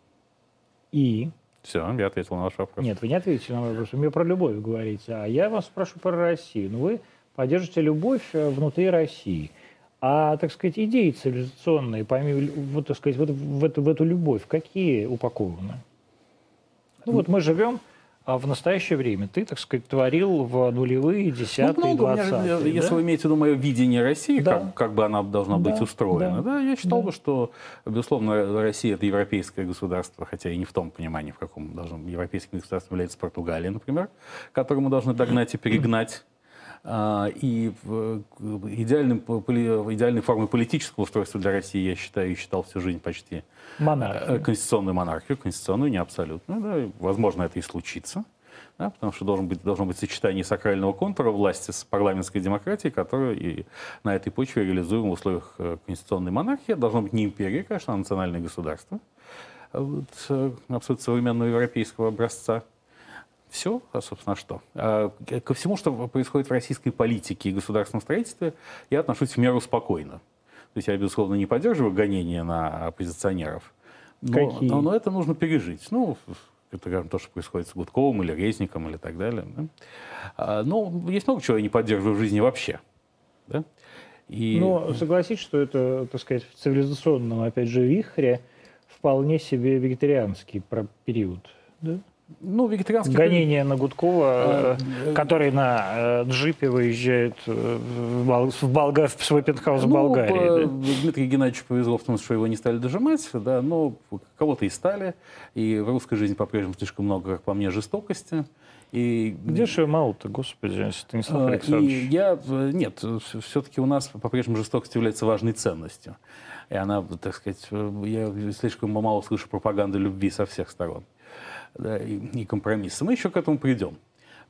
И? Все, я ответил на ваш вопрос. Нет, вы не ответите на мой вопрос. Вы мне про любовь говорите. А я вас спрашиваю про Россию. Ну, вы поддерживаете любовь внутри России. А, так сказать, идеи цивилизационные, помимо, вот, так сказать, в эту любовь, какие упакованы? Ну вот мы живем в настоящее время. Ты, так сказать, творил в нулевые, десятые, 20-е. Если вы имеете в виду мое видение России, да. как бы она должна быть устроена, да, я считал бы, что, безусловно, Россия – это европейское государство, хотя и не в том понимании, в каком европейским государством является Португалия, например, которую мы должны догнать и перегнать. И идеальной формой политического устройства для России я считаю и считал всю жизнь почти конституционную монархию, конституционную, не абсолютную. Да, возможно, это и случится, да, потому что должно быть сочетание сакрального контура власти с парламентской демократией, которую и на этой почве реализуем в условиях конституционной монархии. Должно быть не империя, конечно, а национальное государство абсолютно современного европейского образца. Все, собственно, что. Ко всему, что происходит в российской политике и государственном строительстве, я отношусь в меру спокойно. То есть я, безусловно, не поддерживаю гонения на оппозиционеров, но это нужно пережить. Ну, это то, что происходит с Гудковым или Резником или так далее. Да? Но есть много чего я не поддерживаю в жизни вообще. Да? Но согласись, что это, так сказать, в цивилизационном, опять же, вихре вполне себе вегетарианский период, да? Ну, вегетарианский... Гонение на Гудкова, который на джипе выезжает в свой пентхаус в Болгарии. Да? Дмитрию Геннадьевичу повезло в том, что его не стали дожимать, да, но кого-то и стали. И в русской жизни по-прежнему слишком много, как по мне, жестокости. И... Где же ее мало-то, господи, Станислав Александрович? Нет, все-таки у нас по-прежнему жестокость является важной ценностью. И она, так сказать, я слишком мало слышу пропаганды любви со всех сторон. Да, и компромиссы. Мы еще к этому придем.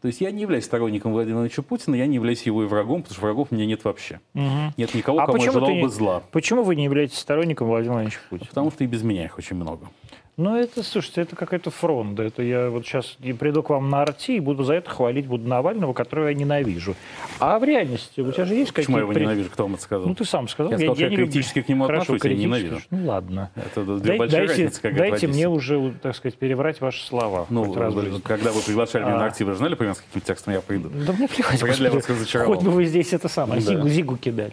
То есть я не являюсь сторонником Владимира Владимировича Путина, я не являюсь его и врагом, потому что врагов у меня нет вообще. Нет никого, кому я желал бы зла. Почему вы не являетесь сторонником Владимира Владимировича Путина? Потому что и без меня их очень много. Ну, это, слушайте, это какая-то фронта. Это я вот сейчас приду к вам на Арти и буду за это хвалить Навального, которого я ненавижу. А в реальности у тебя же есть Почему какие-то... я его ненавижу? Кто вам это сказал? Ну, ты сам сказал. Я сказал, что я критически к нему отношусь, я ненавижу. Ну, ладно. Это две большие разницы, как дайте мне уже, так сказать, переврать ваши слова. Ну, когда вы приглашали меня на Арти, вы знали, примерно, с каким текстом я приду? Да мне плевать, Я для вас разочаровал. хоть бы вы здесь это самое, Да. зигу кидали.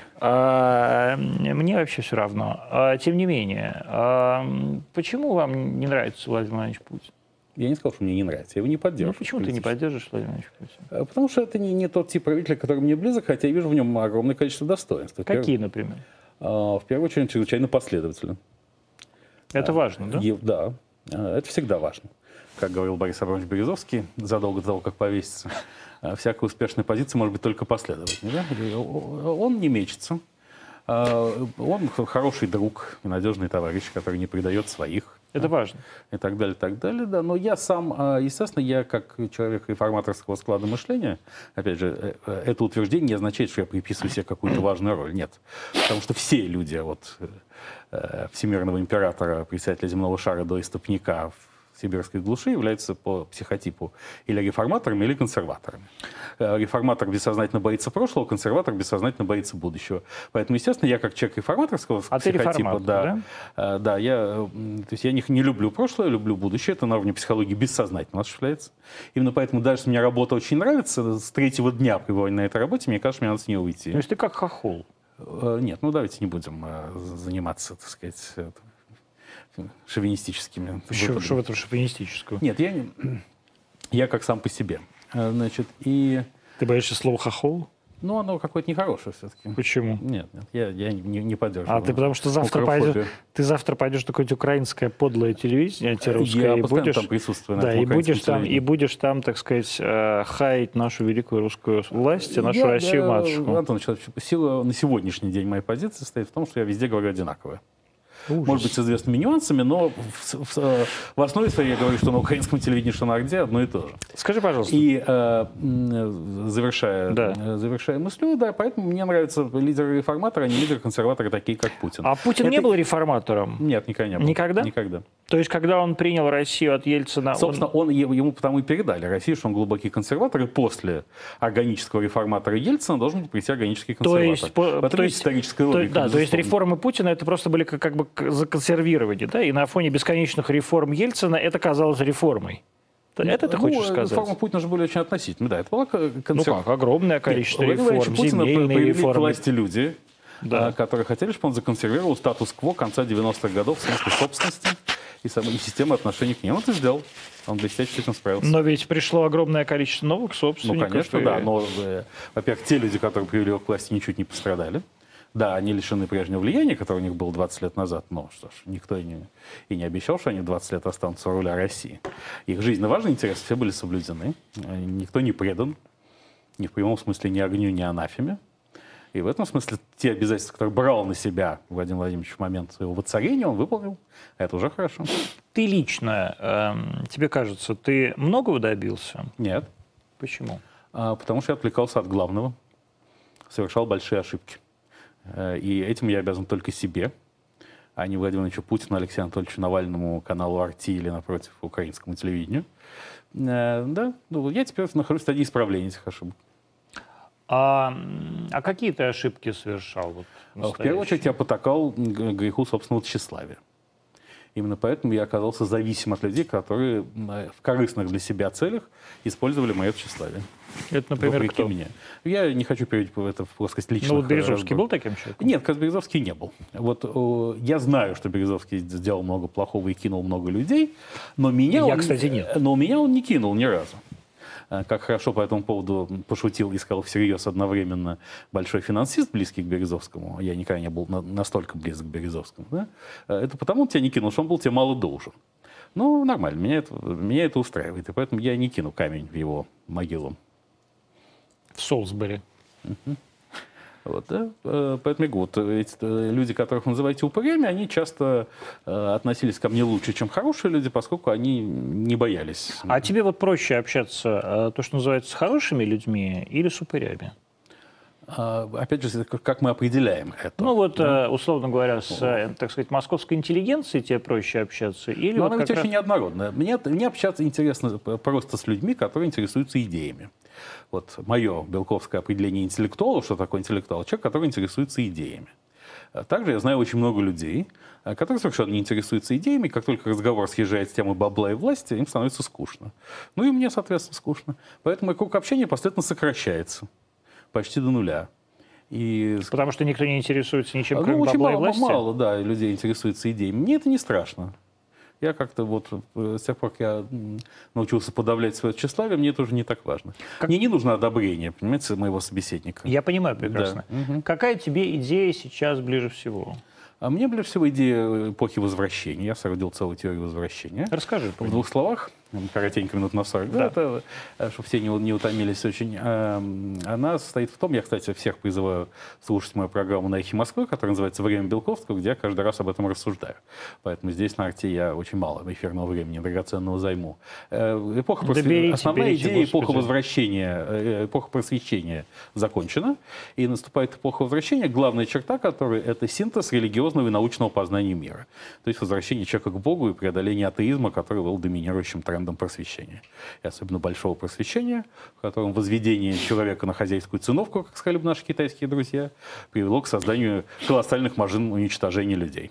Мне вообще все равно. Тем не менее, почему вам не нравится Владимир Владимирович Путин? Я не сказал, что мне не нравится. Я его не поддерживаю. Ну, почему ты не поддерживаешь Владимира Владимировича Путина? Потому что это не тот тип правителя, который мне близок, хотя я вижу в нем огромное количество достоинств. Какие, например? В первую очередь, чрезвычайно последовательно. Это важно, да? Да, это всегда важно. Как говорил Борис Абрамович Березовский задолго до того, как повеситься, всякая успешная позиция может быть только последовательной. Да? Он не мечется. Он хороший друг и надежный товарищ, который не предает своих. Это важно. И так далее, да. Но я сам, естественно, я как человек реформаторского склада мышления, опять же, это утверждение не означает, что я приписываю себе какую-то важную роль. Нет. Потому что все люди от всемирного императора, председателя земного шара до истопника в сибирской глуши являются по психотипу или реформаторами, или консерваторами. Реформатор бессознательно боится прошлого, консерватор бессознательно боится будущего. Поэтому, естественно, я как человек реформаторского психотипа, да, то есть я не люблю прошлое, люблю будущее. Это на уровне психологии бессознательно осуществляется. Именно поэтому, даже если мне работа очень нравится, с третьего дня пребывания на этой работе, мне кажется, мне надо с нее уйти. То есть ты как хохол? Нет, ну давайте не будем заниматься, так сказать, шовинистическими. Что в этом шовинистического? Нет, я как сам по себе. Значит, и... Ты боишься слова «хохол»? Ну, оно какое-то нехорошее все-таки. Почему? Нет, я не поддерживаю. А ты потому что завтра пойдешь на какое-нибудь украинское подлое телевидение, антирусское, я постоянно там присутствую. Да, и будешь там, так сказать, хаять нашу великую русскую власть и нашу Россию-матушку. Антон Ильич, сила на сегодняшний день моей позиции состоит в том, что я везде говорю одинаковое. Ужас. Может быть, с известными нюансами, но в основе своей я говорю, что на украинском телевидении, что на Орде одно и то же. Скажи, пожалуйста. И завершая мыслью, да, поэтому мне нравятся лидеры-реформаторы, а не лидеры-консерваторы, такие как Путин. А Путин не был реформатором? Нет, никогда не был. Никогда? Никогда. То есть, когда он принял Россию от Ельцина... Собственно, ему потому и передали Россию, что он глубокий консерватор, и после органического реформатора Ельцина должен был прийти органический консерватор. То есть историческая логика. Да, то есть реформы Путина это просто были как бы законсервирование, да? И на фоне бесконечных реформ Ельцина это казалось реформой. Это ты хочешь сказать? Реформы Путина же были очень относительными. Да, это была Ну как, огромное количество реформ, Путина земельные привели реформы. к власти люди, Да. которые хотели, чтобы он законсервировал статус-кво конца 90-х годов в смысле собственности и системы отношений к ним. Он это сделал. Он блестяще с этим справился. Но ведь пришло огромное количество новых собственников. Ну, конечно, да. Но, во-первых, те люди, которые привели его к власти, ничуть не пострадали. Да, они лишены прежнего влияния, которое у них было 20 лет назад, но что ж, никто и не обещал, что они 20 лет останутся у руля России. Их жизненно важные интересы все были соблюдены, никто не предан, ни в прямом смысле ни огню, ни анафеме. И в этом смысле те обязательства, которые брал на себя Владимир Владимирович в момент своего воцарения, он выполнил. Это уже хорошо. Ты лично, тебе кажется, ты многого добился? Нет. Почему? Потому что я отвлекался от главного, совершал большие ошибки. И этим я обязан только себе, а не Владимиру Владимировичу Путину, Алексею Анатольевичу Навальному, каналу Арти или, напротив, украинскому телевидению. Да, ну, я теперь нахожусь в стадии исправления этих ошибок. А какие ты ошибки совершал? Вот, в первую очередь я потакал греху собственного тщеславия. Именно поэтому я оказался зависим от людей, которые в корыстных для себя целях использовали мое тщеславие. Это, например, кто? Мне. Я не хочу перейти в это в плоскость личных. Ну, вот Березовский был таким человеком? Нет, как Березовский не был. Вот я знаю, что Березовский сделал много плохого и кинул много людей, но меня кстати, нет. Но меня он не кинул ни разу. Как хорошо по этому поводу пошутил и сказал всерьез одновременно большой финансист, близкий к Березовскому. Я никогда не был настолько близок к Березовскому. Да? Это потому он тебя не кинул, что он был тебе мало должен. Ну, нормально, меня это устраивает. И поэтому я не кину камень в его могилу. В Солсбери. Вот, да? Поэтому я говорю, вот эти люди, которых вы называете упырями, они часто относились ко мне лучше, чем хорошие люди, поскольку они не боялись. А тебе вот проще общаться, то, что называется, с хорошими людьми или с упырями? Опять же, как мы определяем это? Ну вот, условно говоря, с, так сказать, московской интеллигенцией тебе проще общаться? Или Но вот она ведь как очень раз... неоднородная. Мне общаться интересно просто с людьми, которые интересуются идеями. Вот мое белковское определение интеллектуала, что такое интеллектуал, человек, который интересуется идеями. Также я знаю очень много людей, которые совершенно не интересуются идеями, как только разговор съезжает с темы бабла и власти, им становится скучно. Ну и мне, соответственно, скучно. Поэтому круг общения последовательно сокращается. Почти до нуля. И... Потому что никто не интересуется ничем, кроме очень бабла и власти? мало, да, людей интересуется идеями. Мне это не страшно. Я как-то вот с тех пор, как я научился подавлять свое тщеславие, мне это уже не так важно. Мне не нужно одобрение, понимаете, моего собеседника. Я понимаю прекрасно. Да. Какая тебе идея сейчас ближе всего? А мне ближе всего идея эпохи Возвращения. Я соорудил целую теорию Возвращения. Расскажи. В 2 словах, коротенько, минут на 40, да. Это, чтобы все не утомились очень. Она состоит в том, я, кстати, всех призываю слушать мою программу на «Эхе Москвы», которая называется «Время Белковского», где я каждый раз об этом рассуждаю. Поэтому здесь на «Арте» я очень мало эфирного времени драгоценного займу. Основная идея эпоха Возвращения, эпоха Просвещения закончена, и наступает эпоха Возвращения, главная черта которой — это синтез религиозного и научного познания мира. То есть возвращение человека к Богу и преодоление атеизма, который был доминирующим трендом просвещения. И особенно большого просвещения, в котором возведение человека на хозяйскую циновку, как сказали бы наши китайские друзья, привело к созданию колоссальных машин уничтожения людей.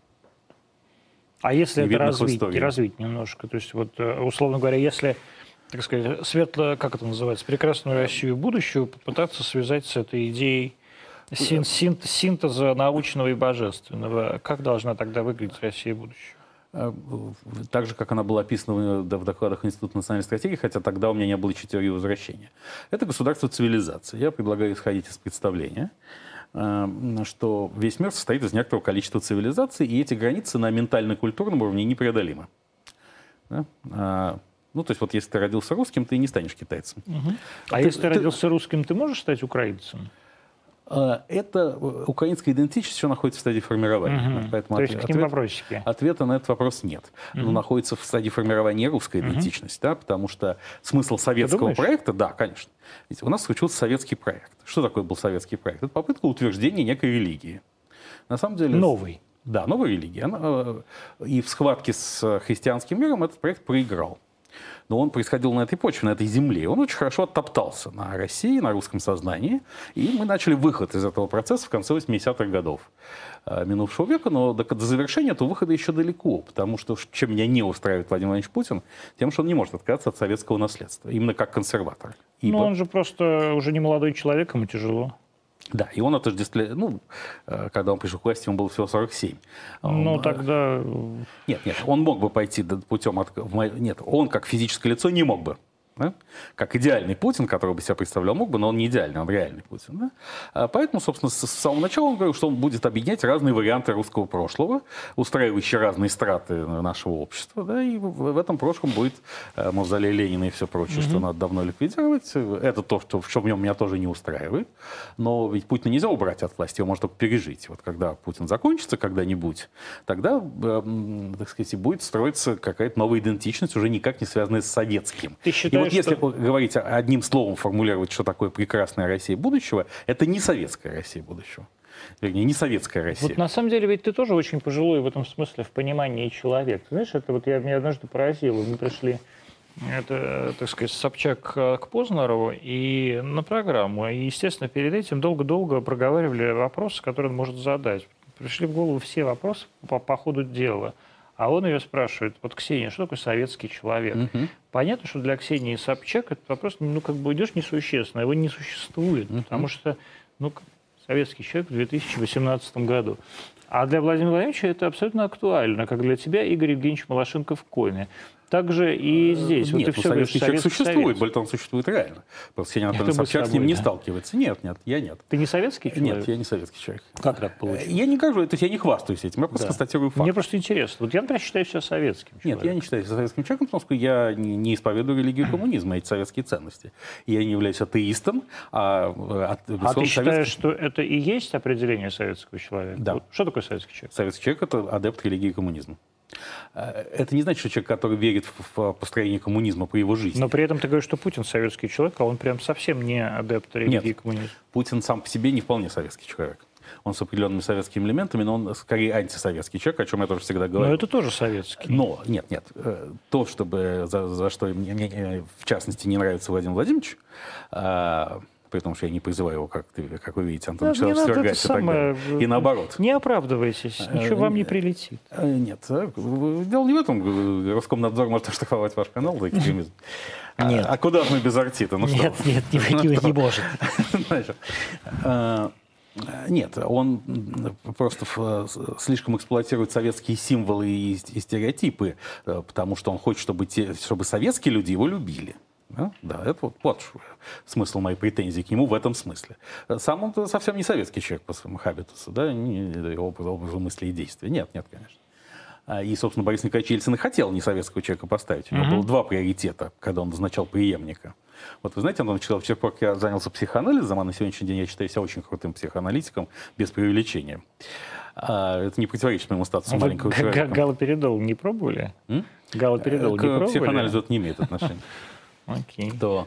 А если это развить немножко? То есть, вот, условно говоря, если, так сказать, как это называется, прекрасную Россию будущего попытаться связать с этой идеей синтеза научного и божественного, как должна тогда выглядеть Россия будущего? Так же, как она была описана в докладах Института национальной стратегии, хотя тогда у меня не было еще теории возвращения. Это государство-цивилизация. Я предлагаю исходить из представления, что весь мир состоит из некоторого количества цивилизаций, и эти границы на ментально-культурном уровне непреодолимы. Да? Ну, то есть, вот если ты родился русским, ты не станешь китайцем. А если ты родился русским, ты можешь стать украинцем? Это украинская идентичность еще находится в стадии формирования. Поэтому то есть к ним вопросики. Ответа на этот вопрос нет. Но находится в стадии формирования русская идентичность, да, потому что смысл советского проекта, да, конечно. Ведь у нас случился советский проект. Что такое был советский проект? Это попытка утверждения некой религии. На самом деле... Новой. Да, новая религия. И в схватке с христианским миром этот проект проиграл. Но он происходил на этой почве, на этой земле. Он очень хорошо оттоптался на России, на русском сознании. И мы начали выход из этого процесса в конце 80-х годов минувшего века. Но до завершения этого выхода еще далеко. Потому что, чем меня не устраивает Владимир Владимирович Путин, тем, что он не может отказаться от советского наследства. Именно как консерватор. Но он же просто уже не молодой человек, ему тяжело. Да, и он отождествляет, когда он пришел к власти, ему было всего 47. Ну, тогда... Нет, он мог бы пойти путем... Нет, он как физическое лицо не мог бы. Да? Как идеальный Путин, которого бы себя представлял, мог бы, но он не идеальный, он реальный Путин. Да? Поэтому, собственно, с самого начала он говорил, что он будет объединять разные варианты русского прошлого, устраивающие разные страты нашего общества. Да? И в этом прошлом будет мавзолей Ленина и все прочее, что надо давно ликвидировать. Это то, что в нем меня тоже не устраивает. Но ведь Путина нельзя убрать от власти, его можно только пережить. Вот когда Путин закончится когда-нибудь, тогда, так сказать, будет строиться какая-то новая идентичность, уже никак не связанная с советским. Ты считаешь, вот если говорить одним словом, формулировать, что такое прекрасная Россия будущего, это не советская Россия будущего. Вернее, не советская Россия. Вот на самом деле ведь ты тоже очень пожилой в этом смысле, в понимании человека. Знаешь, это вот меня однажды поразило. Мы пришли, так сказать, Собчак к Познерову и на программу. И, естественно, перед этим долго-долго проговаривали вопросы, которые он может задать. Пришли в голову все вопросы по ходу дела. А он ее спрашивает: вот, Ксения, что такое советский человек? Понятно, что для Ксении Собчак этот вопрос, идешь несущественно, его не существует, потому что, советский человек в 2018 году. А для Владимира Владимировича это абсолютно актуально, как для тебя, Игорь Евгеньевич Малашенко в коме. также и здесь. Нет, вот и все, советский человек существует, Совет. более того, он существует реально. Просто Ксения Это Анатольевна мы с Собчак с ним тобой, не да. сталкивается. Нет, я нет. Ты не советский человек? Нет, я не советский человек. Как так получилось? Я не кажу, то есть я не хвастаюсь этим, я просто Да. констатирую факт. Мне просто интересно. Вот я, например, считаю себя советским человеком. Нет, я не считаю себя советским человеком, потому что я не исповедую религию коммунизма, эти советские ценности. Я не являюсь атеистом, А ты считаешь, что это и есть определение советского человека? Да. Вот что такое советский человек? Советский человек — это адепт религии коммунизма. Это не значит, что человек, который верит в построение коммунизма по его жизни. Но при этом ты говоришь, что Путин советский человек, а он прям совсем не адепт религии Нет. коммунизма. Путин сам по себе не вполне советский человек. Он с определенными советскими элементами, но он скорее антисоветский человек, о чем я тоже всегда говорю. Но это тоже советский. Но, нет, то, чтобы, за что мне, в частности, не нравится Владимир Владимирович, при том, что я не призываю его, как вы видите, Антон Да, Вячеславович, не надо свергать это и так далее. самое. И наоборот. Не оправдывайтесь, ничего вам не прилетит. Нет, дело не в этом. Роскомнадзор может оштрафовать ваш канал за экстремизм. Нет. А куда мы без Арктита? Ну, Нет, что? нет, не может. Знаешь, нет, он просто слишком эксплуатирует советские символы и стереотипы, потому что он хочет, чтобы советские люди его любили. Да, это вот смысл моей претензии к нему в этом смысле. Сам он совсем не советский человек по своему хабитусу, да, не его образу мысли и действия. Нет, конечно. И, собственно, Борис Николаевич Ельцин и хотел не советского человека поставить. У него было два приоритета, когда он назначал преемника. Вот вы знаете, Антон Вячеславович, с тех пор, как я занялся психоанализом, а на сегодняшний день я считаю себя очень крутым психоаналитиком, без преувеличения. Это не противоречит моему статусу маленького человека. Галоперидол не пробовали? Галоперидол не К пробовали? психоанализу это не имеет отношения. Окей. То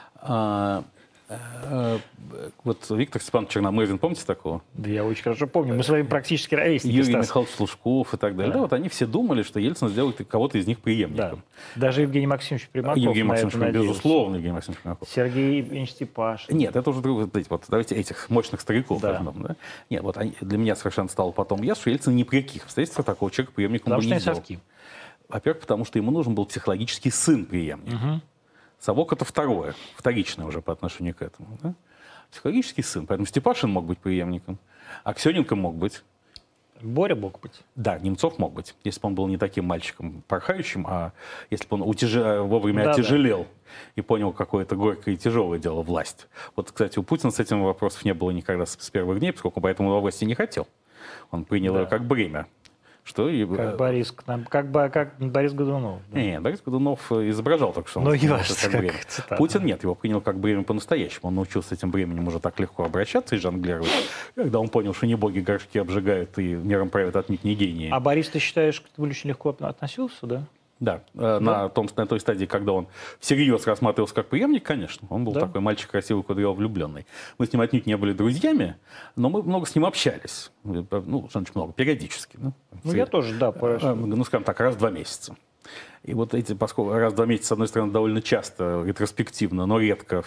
вот Виктор Степанович Черномырдин, помните такого? Да я очень хорошо помню. Мы с вами практически ровесники, Юрий Стас. Михайлович Служков и так далее. Да, вот они все думали, что Ельцин сделает кого-то из них Да. преемником. Даже Евгений Максимович Примаков Евгений на Максимович, это надеялся. безусловно, Евгений Максимович Примаков. Сергей Евгеньевич Степашин. Нет, это уже давайте этих мощных стариков Да. возьмем, да? Нет, вот для меня совершенно стало потом ясно, что Ельцин ни при каких обстоятельствах такого человека преемником Потому бы что не не сделал. совки. Во-первых, потому что ему нужен был психологический сын преемника. Совок — это вторичное уже по отношению к этому. Да? Психологический сын. Поэтому Степашин мог быть преемником, Аксененко мог быть. Боря мог быть. Да, Немцов мог быть, если бы он был не таким мальчиком порхающим, а если бы он вовремя Да, отяжелел и понял, какое это горькое и тяжелое дело власть. Вот, кстати, у Путина с этим вопросов не было никогда с первых дней, поскольку поэтому во власти не хотел. Он принял ее как бремя. Что и... Как Борис Годунов. Да. Нет, Борис Годунов изображал так, что он Ну, принял ясно, это как как бремя. цитата. Путин нет, его принял как бремя по-настоящему. Он научился с этим бременем уже так легко обращаться и жонглировать, когда он понял, что не боги горшки обжигают и миром правят отнюдь не гении. А Борис, ты считаешь, к этому очень легко относился, да? Да, на той стадии, когда он всерьез рассматривался как преемник, конечно. Он был Да. такой мальчик красивый, кудряво влюбленный. Мы с ним отнюдь не были друзьями, но мы много с ним общались. Ну, что значит много, периодически. Ну, я тоже, да. Ну, скажем так, раз в 2 месяца. И вот поскольку раз в 2 месяца, с одной стороны, довольно часто, ретроспективно, но редко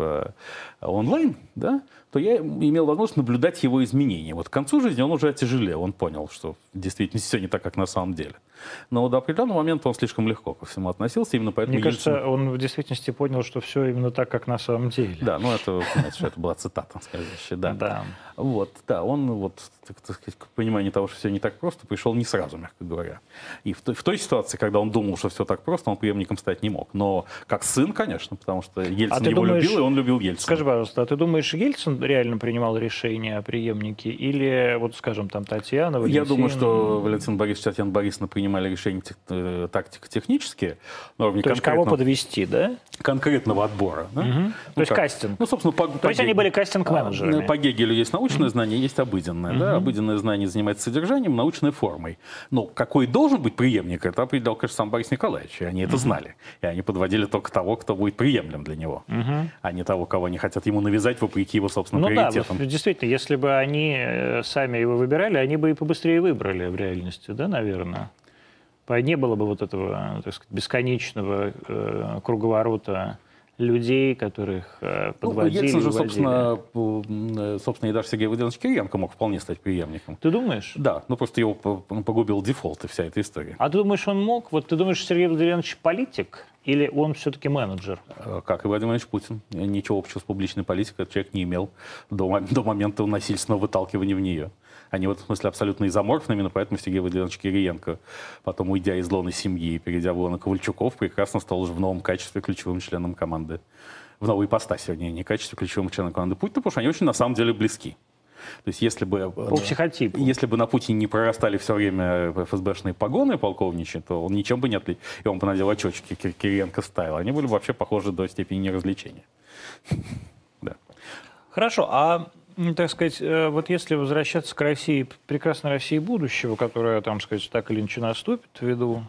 онлайн, да, то я имел возможность наблюдать его изменения. Вот к концу жизни он уже отяжелел, он понял, что в действительности все не так, как на самом деле. Но до определенного момента он слишком легко ко всему относился, именно поэтому... Мне кажется, он в действительности понял, что все именно так, как на самом деле. Да, ну это, понимаете, что это была цитата, скажущая, да. Да. Вот, да, он вот, так сказать, к пониманию того, что все не так просто, пришел не сразу, мягко говоря. И в той ситуации, когда он думал, что все так просто, он преемником стать не мог. Но как сын, конечно, потому что Ельцин его любил, и он любил Ельцина. Скажи, пожалуйста, а ты думаешь, Ельцин реально принимал решение о преемнике? Или, вот скажем, там Татьяна, Валентин? Я думаю, что Валентин Борисович и Татьяна Борисовна принимали решения тактико-технические. На уровне То есть кого подвести, да? конкретного отбора. Да? То есть кастинг. Ну, собственно, То есть они были кастинг-менеджерами. По Гегелю есть научное знание, есть обыденное. Да? Обыденное знание занимается содержанием, научной формой. Но какой должен быть преемник, это определял, конечно, сам Борис Николаевич. И они это знали. И они подводили только того, кто будет преемлем для него, а не того, кого они хотят ему навязать, вопреки его собственным приоритетам. Да, действительно, если бы они сами его выбирали, они бы и побыстрее выбрали в реальности, да, наверное. Не было бы вот этого, так сказать, бесконечного круговорота людей, которых подводили, Ельцин же, выводили. собственно, и даже Сергей Владимирович Кириенко мог вполне стать преемником. Ты думаешь? Да, ну просто его погубил дефолт и вся эта история. А ты думаешь, он мог? Вот ты думаешь, Сергей Владимирович политик? или он все-таки менеджер? Как и Владимир Владимирович Путин. Ничего общего с публичной политикой этот человек не имел до момента насильственного выталкивания в нее. Они в этом смысле абсолютно изоморфны, именно поэтому Сергей Владимирович Кириенко, потом уйдя из лона семьи и перейдя в лоно Ковальчуков, прекрасно стал уже в новом качестве ключевым членом команды, в новой ипостаси, вернее, не качестве ключевым членом команды Путина, потому что они очень на самом деле близки. То есть если бы, По психотипу. если бы на Путине не прорастали все время ФСБшные погоны полковничьи, то он ничем бы не отличил. И он бы надел очечки Кириенко стайл. Они были бы вообще похожи до степени неразличения. Да. Хорошо, так сказать, вот если возвращаться к России, прекрасной России будущего, которая, там, сказать, так или иначе наступит ввиду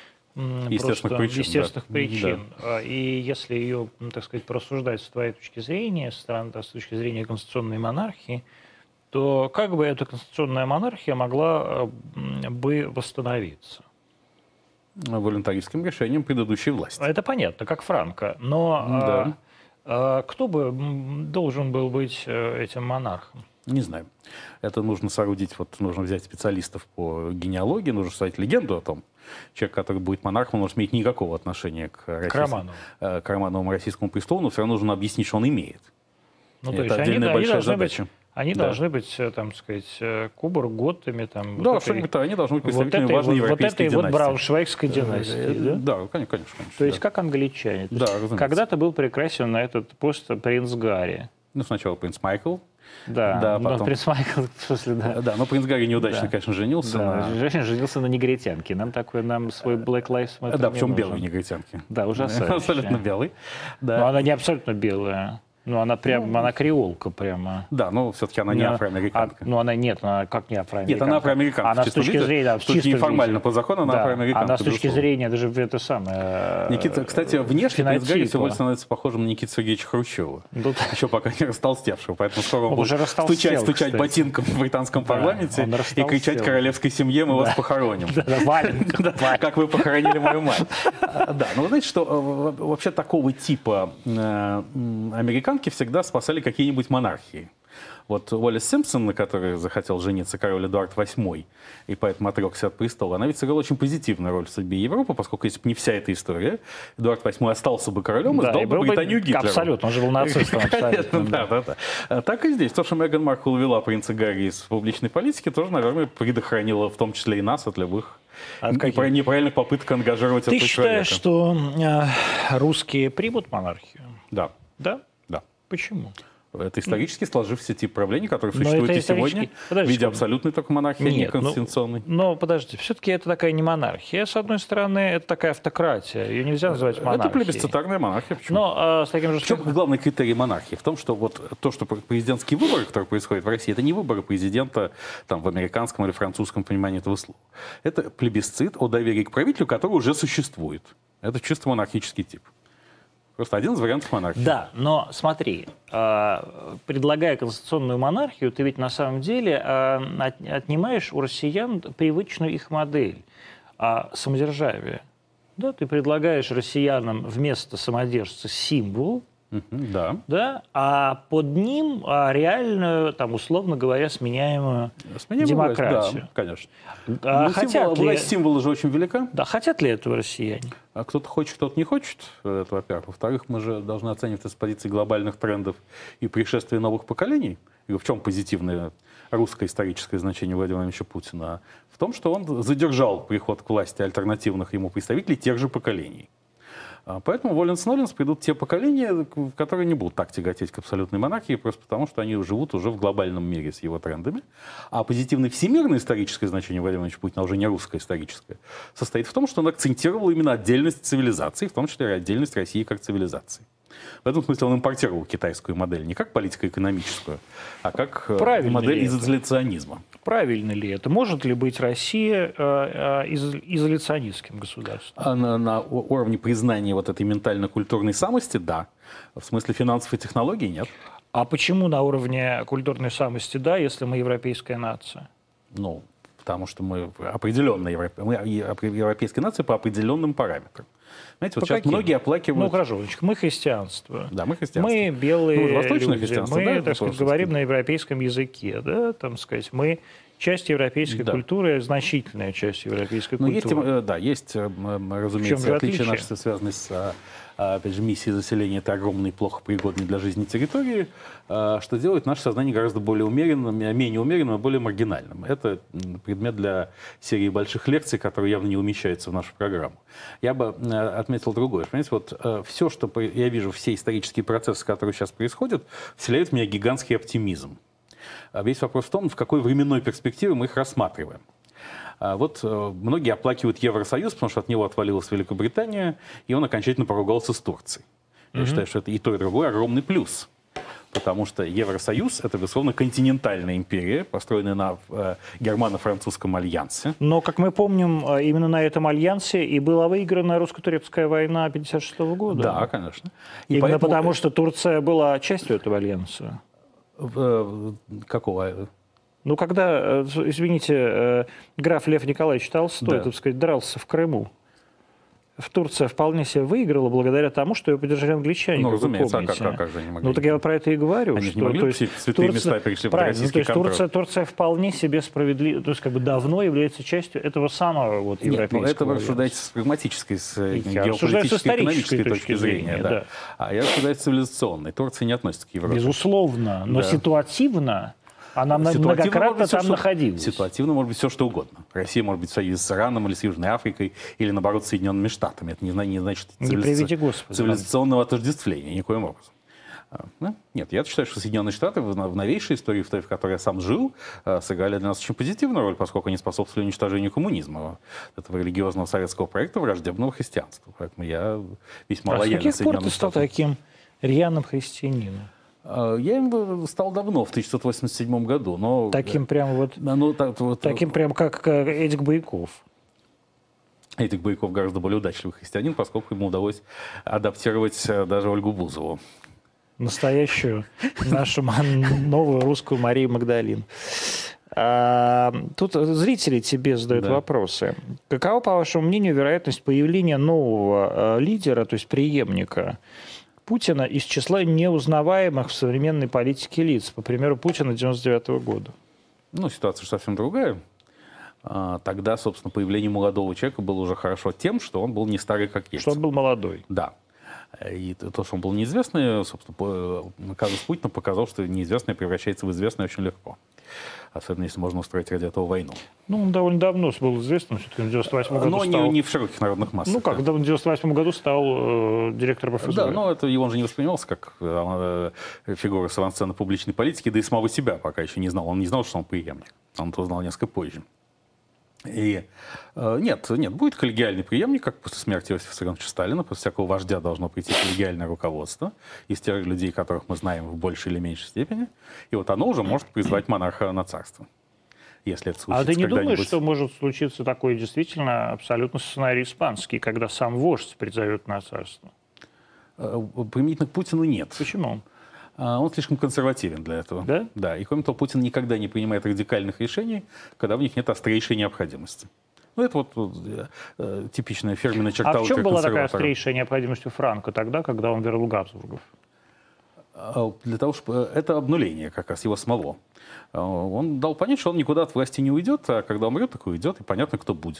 естественных причин. Да. И если ее, так сказать, просуждать с твоей точки зрения, с точки зрения конституционной монархии, то как бы эта конституционная монархия могла бы восстановиться? Волюнтаристским решением предыдущей власти. Это понятно, как Франко. Но кто бы должен был быть этим монархом? Не знаю. Это нужно соорудить, нужно взять специалистов по генеалогии, нужно создать легенду о том. Человек, который будет монархом, может иметь никакого отношения к Романовому российскому престолу, но все равно нужно объяснить, что он имеет. Ну, то это есть отдельная большая задача. Они должны быть, там сказать, Кобург-Готтами. Там, да, что-нибудь, они должны быть представителями важной европейской династии. Вот этой Брауншвейгской династии. Да, конечно. То есть как англичане. Да, когда-то был прекрасен на этот пост принц Гарри. Ну, сначала принц Майкл. Да, потом... принц Майкл, в смысле, да. Да, но принц Гарри неудачно, конечно, женился. Да, женился на негритянке. Нам свой Black Lives Matter. Да, причем белой негритянке. Да, ужасающе. Абсолютно белый. Но она не абсолютно белая. Ну, она креолка прямо. Да, но все-таки она не афроамериканка. Она как не афроамериканка? Нет, она афроамериканка. Она с точки зрения... Чисто неформально по закону она афроамериканка. Она с точки зрения даже это самое... Кстати, внешне принц Гарри все больше становится похожим на Никиту Сергеевича Хрущева. Еще пока не растолстевшего. Поэтому скоро он будет стучать ботинком в британском парламенте и кричать королевской семье: мы вас похороним. Как вы похоронили мою мать. Да, ну вы знаете, что вообще такого типа американки всегда спасали какие-нибудь монархии. Вот Уоллес Симпсон, на которой захотел жениться король Эдуард VIII, и поэтому отрекся от престола, она ведь сыграла очень позитивную роль в судьбе Европы, поскольку если бы не вся эта история, Эдуард VIII остался бы королем и сдал бы Британию Гитлеру. Абсолютно, он же был нацистом. Да. Так и здесь. То, что Меган Маркл увела принца Гарри из публичной политики, тоже, наверное, предохранило в том числе и нас от любых неправильных попыток ангажировать этого человека. Ты считаешь, что русские примут монархию? Да. Да? Да. Почему? Это исторически сложившийся тип правления, который существует и сегодня в виде абсолютной только монархии, не конституционной. Но подожди, все-таки это такая не монархия. С одной стороны, это такая автократия. Ее нельзя называть монархией. Это плебисцитарная монархия. Почему? Но с таким же... В чем главный критерий монархии? В том, что вот то, что президентские выборы, которые происходят в России, это не выборы президента там, в американском или французском понимании этого слова. Это плебисцит о доверии к правителю, который уже существует. Это чисто монархический тип. Просто один из вариантов монархии. Да, но смотри, предлагая конституционную монархию, ты ведь на самом деле отнимаешь у россиян привычную их модель самодержавия. Да, ты предлагаешь россиянам вместо самодержца символ, да, а под ним реальную, там, условно говоря, сменяемую демократию. Да, конечно. Власть символа же очень велика. Да, хотят ли этого россияне? А кто-то хочет, кто-то не хочет, это во-первых. Во-вторых, мы же должны оценивать это с позиции глобальных трендов и пришествия новых поколений. И в чем позитивное русское историческое значение Владимира Владимировича Путина? В том, что он задержал приход к власти альтернативных ему представителей тех же поколений. Поэтому воленс-ноленс придут те поколения, которые не будут так тяготеть к абсолютной монархии, просто потому что они живут уже в глобальном мире с его трендами. А позитивное всемирное историческое значение Владимира Владимировича Путина, уже не русское историческое, состоит в том, что он акцентировал именно отдельность цивилизации, в том числе и отдельность России как цивилизации. В этом смысле он импортировал китайскую модель не как политико-экономическую, а как модель изоляционизма. Правильно ли это? Может ли быть Россия изоляционистским государством? На уровне признания вот этой ментально-культурной самости, да. В смысле финансов и технологий, нет. А почему на уровне культурной самости, да, если мы европейская нация? Ну, потому что мы определенная европейская нация по определенным параметрам. Знаете, вот сейчас многие оплакивают... Ну, хорошо, мы христианство. Да, мы христианство. Мы белые восточное люди. христианство, Мы, да, так сказать, говорим на европейском языке, да, там сказать, мы часть европейской культуры, значительная часть европейской культуры. Есть, разумеется, отличия наши, связанные с, опять же, миссией заселения. Это огромные, плохо пригодные для жизни территории, что делает наше сознание гораздо более умеренным, менее умеренным, а более маргинальным. Это предмет для серии больших лекций, которые явно не умещаются в нашу программу. Я бы отметил другое. Понимаете, вот все, что я вижу, все исторические процессы, которые сейчас происходят, вселяют в меня гигантский оптимизм. Весь вопрос в том, в какой временной перспективе мы их рассматриваем. Вот многие оплакивают Евросоюз, потому что от него отвалилась Великобритания, и он окончательно поругался с Турцией. Я считаю, что это и то, и другое огромный плюс. Потому что Евросоюз — это, безусловно, континентальная империя, построенная на германо-французском альянсе. Но, как мы помним, именно на этом альянсе и была выиграна русско-турецкая война 1956 года. Да, конечно. Именно поэтому... потому, что Турция была частью этого альянса. Какого? Ну, когда, извините, граф Лев Николаевич Толстой, так сказать, дрался в Крыму, Турция вполне себе выиграла благодаря тому, что ее поддержали англичане. Ну, разумеется, как же они могли? Ну, так я про это и говорю. Они что, не могли, то есть, святые места перешли под российский контроль. Турция вполне себе справедливо, то есть как бы давно является частью этого самого вот европейского. Нет, это вы рассуждаете с прагматической, с геополитической, экономической точки зрения. Да. А я рассуждаю с цивилизационной. Турция не относится к Европе. Безусловно, но ситуативно она многократно там находилась. Ситуативно может быть все, что угодно. Россия может быть в союзе с Ираном или с Южной Африкой, или, наоборот, с Соединенными Штатами. Это не значит цивилизационного отождествления никоим образом. Нет, я считаю, что Соединенные Штаты в новейшей истории, в той, в которой я сам жил, сыграли для нас очень позитивную роль, поскольку они способствовали уничтожению коммунизма, этого религиозного советского проекта, враждебного христианства. Поэтому я весьма лоялен Соединенным Штатам. С каких пор ты стал таким рьяным христианином? Я им стал давно, в 1987 году. Но, таким прям таким прям как Эдик Бояков. Эдик Бояков гораздо более удачливый христианин, поскольку ему удалось адаптировать даже Ольгу Бузову. Настоящую нашу новую русскую Марию Магдалину. Тут зрители тебе задают вопросы. Какова, по вашему мнению, вероятность появления нового лидера, то есть преемника Путина из числа неузнаваемых в современной политике лиц, по примеру Путина 1999 года? Ну, ситуация совсем другая. Тогда, собственно, появление молодого человека было уже хорошо тем, что он был не старый, как Ельцин. Что он был молодой. Да. И то, что он был неизвестный, собственно, казус Путина показал, что неизвестное превращается в известное очень легко. Особенно, если можно устроить ради этого войну. Ну, он довольно давно был известным, все-таки в 1998 году но стал... Но не в широких народных массах. Ну, как, в 1998 году стал директором ФСБ. Да, но это он же не воспринимался как фигура с авансцены публичной политики, да и самого себя пока еще не знал. Он не знал, что он преемник. Он это узнал несколько позже. И нет, будет коллегиальный преемник, как после смерти Иосифа Виссарионовича Сталина. После всякого вождя должно прийти коллегиальное руководство из тех людей, которых мы знаем в большей или меньшей степени. И вот оно уже может призвать монарха на царство. Если это случится. А ты не думаешь, что может случиться такой действительно абсолютно сценарий испанский, когда сам вождь призовет на царство? Применительно к Путину нет. Почему? Он слишком консервативен для этого. Да? Да. И кроме того, Путин никогда не принимает радикальных решений, когда в них нет острейшей необходимости. Ну, это вот типичная фирменная черта. А в чем была такая острейшая необходимость у Франко тогда, когда он вернул Габсбургов? Для того, чтобы... Это обнуление как раз его самого. Он дал понять, что он никуда от власти не уйдет, а когда умрет, так уйдет, и понятно, кто будет.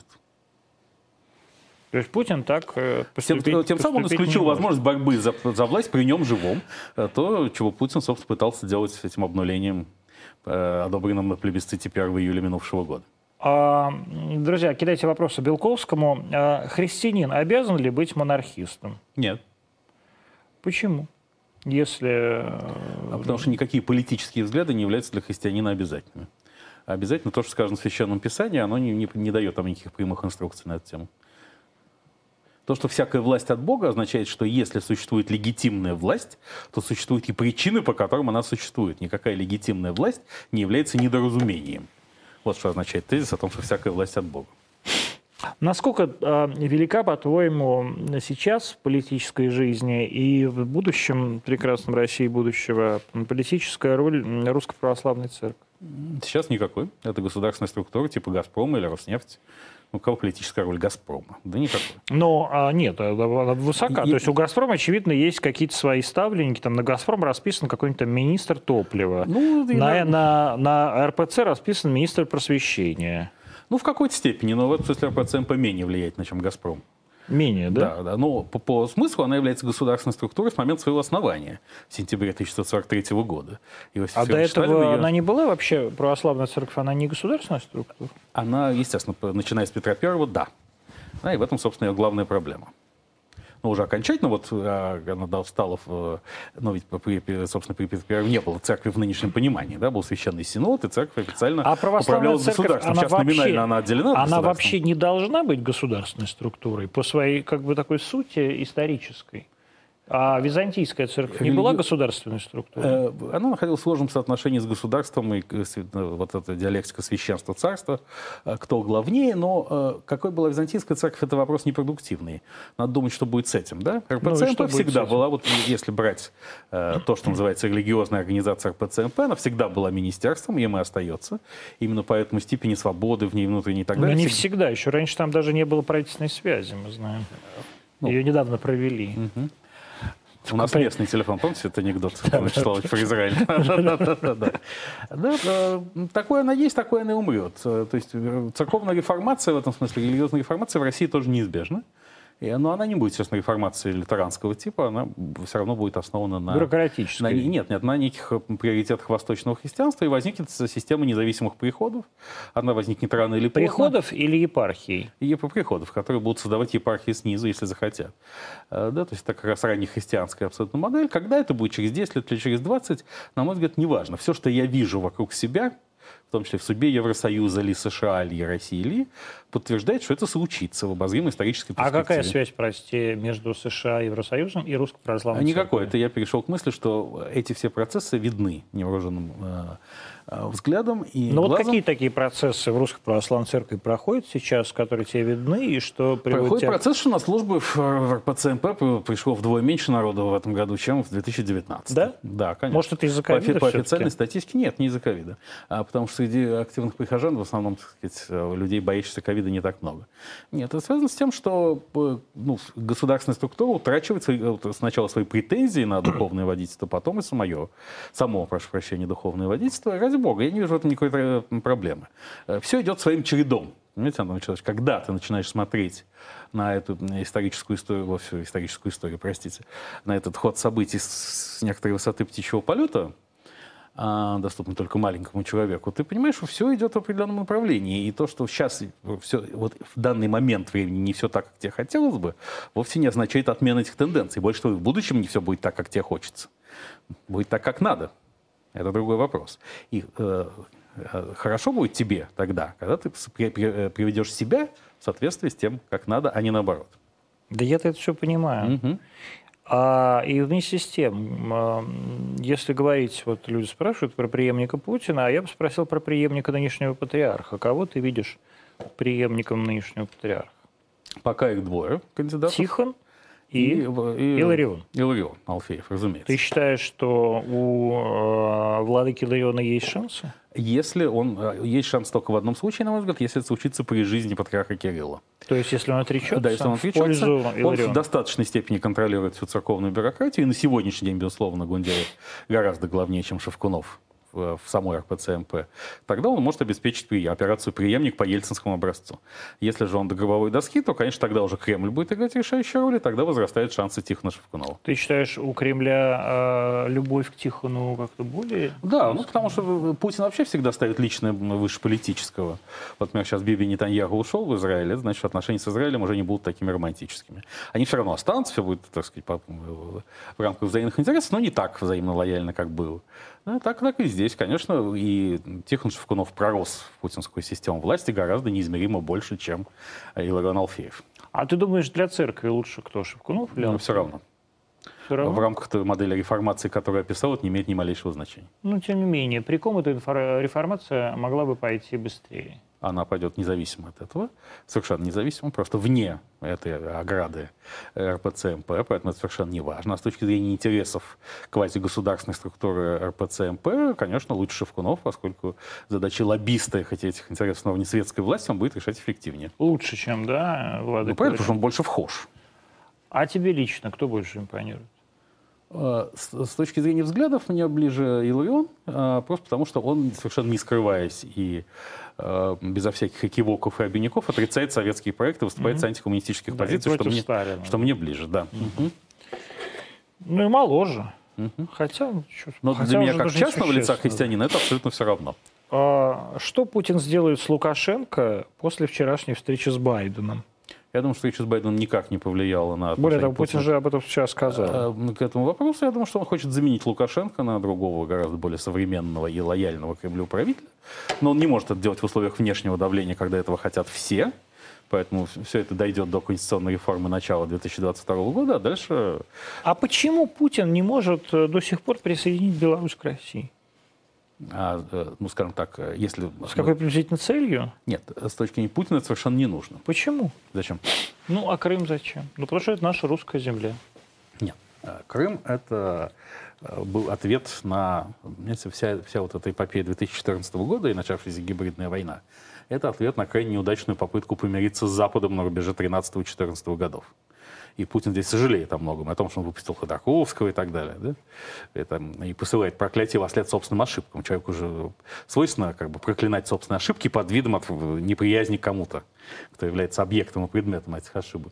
То есть Путин так поступить, тем самым он исключил возможность борьбы за власть при нем живом. То, чего Путин, собственно, пытался делать с этим обнулением, одобренным на плебисците 1 июля минувшего года. Друзья, кидайте вопросы Белковскому. Христианин обязан ли быть монархистом? Нет. Почему? Если... Потому что никакие политические взгляды не являются для христианина обязательными. Обязательно то, что сказано в Священном Писании, оно не дает там никаких прямых инструкций на эту тему. То, что всякая власть от Бога, означает, что если существует легитимная власть, то существуют и причины, по которым она существует. Никакая легитимная власть не является недоразумением. Вот что означает тезис о том, что всякая власть от Бога. Насколько велика, по-твоему, сейчас в политической жизни и в будущем, прекрасном России будущего, политическая роль Русской Православной Церкви? Сейчас никакой. Это государственная структура типа «Газпрома» или «Роснефть». У кого политическая роль «Газпрома»? Да никакой. Но нет, она высока. То есть у «Газпрома», очевидно, есть какие-то свои ставленники. Там на «Газпром» расписан какой-нибудь там министр топлива. Ну, на РПЦ расписан министр просвещения. Ну, в какой-то степени, но в этом смысле РПЦМП менее влияет, чем «Газпром». Менее, да? Да. Но по смыслу она является государственной структурой с момента своего основания в сентябре 1943 года. А до этого она не была вообще, православная церковь, она не государственная структура? Она, естественно, начиная с Петра I, да. И в этом, собственно, ее главная проблема. Но уже окончательно вот она стала, ну ведь, собственно, при Петре I не было церкви в нынешнем понимании, да, был священный синод, и церковь официально управляла государством. Сейчас номинально она отделена от Она вообще не должна быть государственной структурой по своей, как бы, такой сути исторической. А византийская церковь не была государственной структурой? Она находилась в сложном соотношении с государством, и вот эта диалектика священства царства, кто главнее, но какой была византийская церковь, это вопрос непродуктивный. Надо думать, что будет с этим, да? РПЦМП всегда была, вот если брать то, что называется религиозная организация РПЦМП, она всегда была министерством, им и остается. Именно поэтому степени свободы в ней внутренней и так далее. Но не всегда. Еще раньше там даже не было правительственной связи, мы знаем. Ее недавно провели. У нас местный телефон, помните, это анекдот Вячеславович про Израиль? Такое она есть, такое она и умрет. То есть церковная реформация, в этом смысле религиозная реформация в России тоже неизбежна. Но она не будет, естественно, реформации лютеранского типа, она все равно будет основана на... Бюрократической. Нет, на неких приоритетах восточного христианства, и возникнет система независимых приходов. Она возникнет рано или поздно. Приходов или епархий? Приходов, которые будут создавать епархии снизу, если захотят. Да, то есть это как раз раннехристианская абсолютно модель. Когда это будет, через 10 лет или через 20, на мой взгляд, неважно. Все, что я вижу вокруг себя, в том числе в судьбе Евросоюза ли, США ли, России ли, подтверждает, что это случится в обозримой исторической перспективе. А какая связь, прости, между США, Евросоюзом и Русской Православной Церковью? Никакой. Это я перешел к мысли, что эти все процессы видны невооруженным взглядом и Но глазом. вот какие такие процессы в Русской Православной Церкви проходят сейчас, которые тебе видны, и что приводят... Проходит процесс, что на службы в РПЦМП пришло вдвое меньше народу в этом году, чем в 2019. Да? Да, конечно. Может, это из-за ковида По официальной статистике нет, не из-за ковида. Потому что среди активных прихожан в основном, так сказать, людей, боящихся ковида, не так много. Нет, это связано с тем, что государственная структура утрачивает сначала свои претензии на духовное водительство, потом и само, прошу прощения, духовное водительство. Ради бога, я не вижу в этом никакой проблемы. Все идет своим чередом. Понимаете, Антон Вячеславович, когда ты начинаешь смотреть на эту историческую историю, простите, на этот ход событий с некоторой высоты птичьего полета, доступный только маленькому человеку, ты понимаешь, что все идет в определенном направлении. И то, что сейчас все, вот в данный момент времени не все так, как тебе хотелось бы, вовсе не означает отмену этих тенденций. Больше того, в будущем не все будет так, как тебе хочется. Будет так, как надо. Это другой вопрос. И хорошо будет тебе тогда, когда ты приведешь себя в соответствии с тем, как надо, а не наоборот. Да я-то это все понимаю. Угу. И вместе с тем, если говорить, вот люди спрашивают про преемника Путина, а я бы спросил про преемника нынешнего патриарха. Кого ты видишь преемником нынешнего патриарха? Пока их двое кандидатов. Тихон и Иларион. Иларион Алфеев, разумеется. Ты считаешь, что у владыки Илариона есть шансы? Есть шанс только в одном случае, на мой взгляд, если это случится при жизни патриарха Кирилла. То есть, если он отречется, да, если он отречется, в пользу он в достаточной степени контролирует всю церковную бюрократию, и на сегодняшний день, безусловно, Гундяев гораздо главнее, чем Шевкунов в самой РПЦМП, тогда он может обеспечить операцию преемник по ельцинскому образцу. Если же он до гробовой доски, то, конечно, тогда уже Кремль будет играть решающую роль, и тогда возрастают шансы Тихона Шевкунова. Ты считаешь, у Кремля любовь к Тихону как-то более... Да, потому что Путин вообще всегда ставит личное выше политического. Вот, например, сейчас Биби Нетаньяху ушел в Израиль, это значит, что отношения с Израилем уже не будут такими романтическими. Они все равно останутся, все будет, так сказать, в рамках взаимных интересов, но не так взаимно лояльно, как было. Да, так и здесь, конечно, и Тихон Шевкунов пророс в путинскую систему власти гораздо неизмеримо больше, чем Иларион Алфеев. А ты думаешь, для церкви лучше кто, Шевкунов или Алфеев? Все равно. В рамках той модели реформации, которую я описал, это не имеет ни малейшего значения. Но, тем не менее, при ком эта реформация могла бы пойти быстрее? она пойдет независимо от этого, совершенно независимо, просто вне этой ограды РПЦ-МП, поэтому это совершенно не важно. А с точки зрения интересов квазигосударственной структуры РПЦ-МП, конечно, лучше Шевкунов, поскольку задачи лоббиста этих интересов на уровне светской власти он будет решать эффективнее. Лучше, чем, да, Владыка? Ну, правильно, потому что он больше вхож. А тебе лично кто больше импонирует? С точки зрения взглядов мне ближе Илларион, просто потому что он, совершенно не скрываясь и безо всяких экивоков и обиняков, отрицает советские проекты, выступает с антикоммунистических позиций, что мне ближе. Да. Ну и моложе. Хотя, но для меня, как частного лица христианина, это абсолютно все равно. Что Путин сделает с Лукашенко после вчерашней встречи с Байденом? Я думаю, что встреча с Байденом никак не повлияла на... Более того, Путин же об этом сейчас сказал. К этому вопросу, я думаю, что он хочет заменить Лукашенко на другого, гораздо более современного и лояльного Кремлю правителя. Но он не может это делать в условиях внешнего давления, когда этого хотят все. Поэтому все это дойдет до конституционной реформы начала 2022 года, а дальше... А почему Путин не может до сих пор присоединить Беларусь к России? Ну, скажем так, если... С какой приблизительно целью? Нет, с точки зрения Путина это совершенно не нужно. Почему? Зачем? Ну, а Крым зачем? Ну, потому что это наша русская земля. Нет. Крым — это был ответ на... Знаете, вся вот эта эпопея 2014 года и начавшаяся гибридная война. Это ответ на крайне неудачную попытку помириться с Западом на рубеже 13-14 годов. И Путин здесь сожалеет о многом, о том, что он выпустил Ходорковского и так далее. Да? И посылает проклятие во след собственным ошибкам. Человеку уже свойственно как бы проклинать собственные ошибки под видом от неприязни к кому-то, кто является объектом и предметом этих ошибок.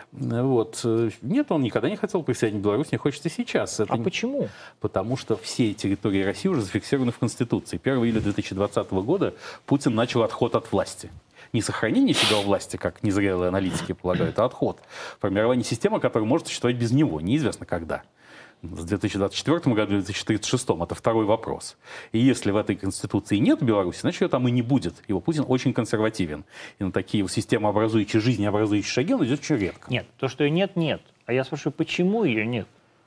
Вот. Нет, он никогда не хотел присоединить Беларусь, не хочет и сейчас. Это почему? Потому что все территории России уже зафиксированы в Конституции. 1 июля 2020 года Путин начал отход от власти. Не сохранение себя у власти, как незрелые аналитики полагают, а отход. Формирование системы, которая может существовать без него, неизвестно когда. В 2024 году, в 2036 это второй вопрос. И если в этой Конституции нет Беларуси, значит, ее там и не будет. Ибо Путин очень консервативен. И на такие системообразующие, жизнеобразующие шаги он идет очень редко. Нет, то, что ее нет, нет. А я спрашиваю, почему ее нет?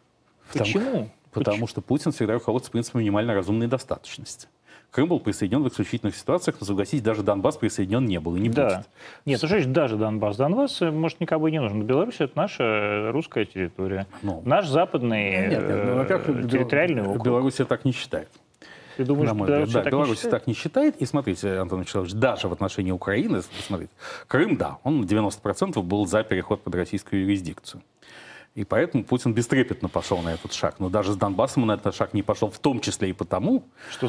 Почему? Потому что Путин всегда руководствуется принципом минимально разумной достаточности. Крым был присоединен в исключительных ситуациях, но, согласитесь, даже Донбасс присоединен не был и не будет. Нет, ну что значит даже Донбасс? Донбасс, может, никому и не нужен. Беларусь — это наша русская территория. Наш западный территориальный округ. Беларусь так не считает. Ты думаешь, Беларусь так не считает. И смотрите, Антон Вячеславович, даже в отношении Украины, смотрите, Крым, да, он на 90% был за переход под российскую юрисдикцию. И поэтому Путин бестрепетно пошел на этот шаг. Но даже с Донбассом он на этот шаг не пошел, в том числе и потому,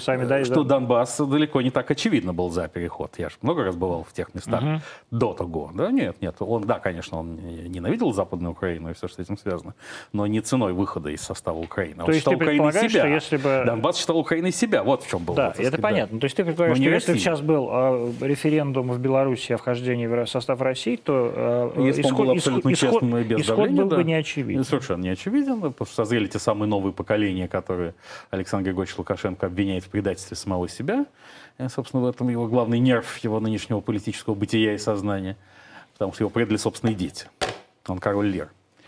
что Донбасс далеко не так очевидно был за переход. Я же много раз бывал в тех местах до того. Да, нет. Конечно, он ненавидел Западную Украину и все, что с этим связано, но не ценой выхода из состава Украины. То есть ты предполагаешь, что если бы... Донбасс считал Украиной себя. Вот в чем был. Да, это понятно. То есть ты предполагаешь, что если бы сейчас был референдум в Беларуси о вхождении в состав России, то исход был бы не очевиден. Совершенно не очевиден, потому что созрели те самые новые поколения, которые Александр Григорьевич Лукашенко обвиняет в предательстве самого себя. И, собственно, в этом его главный нерв его нынешнего политического бытия и сознания, потому что его предали собственные дети. Он король Лир.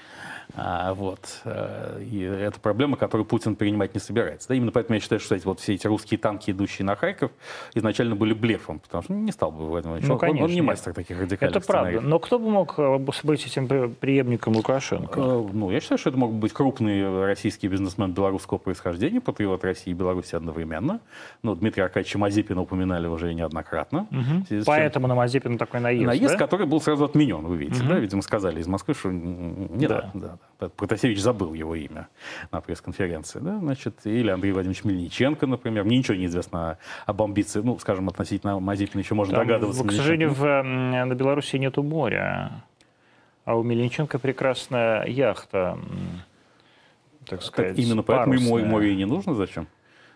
И это проблема, которую Путин принимать не собирается. Да, именно поэтому я считаю, что все эти русские танки, идущие на Харьков, изначально были блефом, потому что не стал бы Владимир Владимирович. Он не мастер таких радикальных сценариев. Это правда. Но кто бы мог быть этим преемником Лукашенко? Я считаю, что это мог быть крупный российский бизнесмен белорусского происхождения, патриот России и Беларуси одновременно. Дмитрия Аркадьевича Мазепина упоминали уже неоднократно. Поэтому на Мазепина такой наезд, да? Который был сразу отменен, вы видите. Да? Видимо, сказали из Москвы, что не надо. Да. Протасевич забыл его имя на пресс-конференции. Да? Или Андрей Владимирович Мельниченко, например. Мне ничего не известно об амбиции. Скажем, относительно Мазепина еще можно догадываться. К сожалению, на Беларуси нету моря. А у Мельниченко прекрасная яхта, так сказать, именно поэтому ему море и не нужно. Зачем?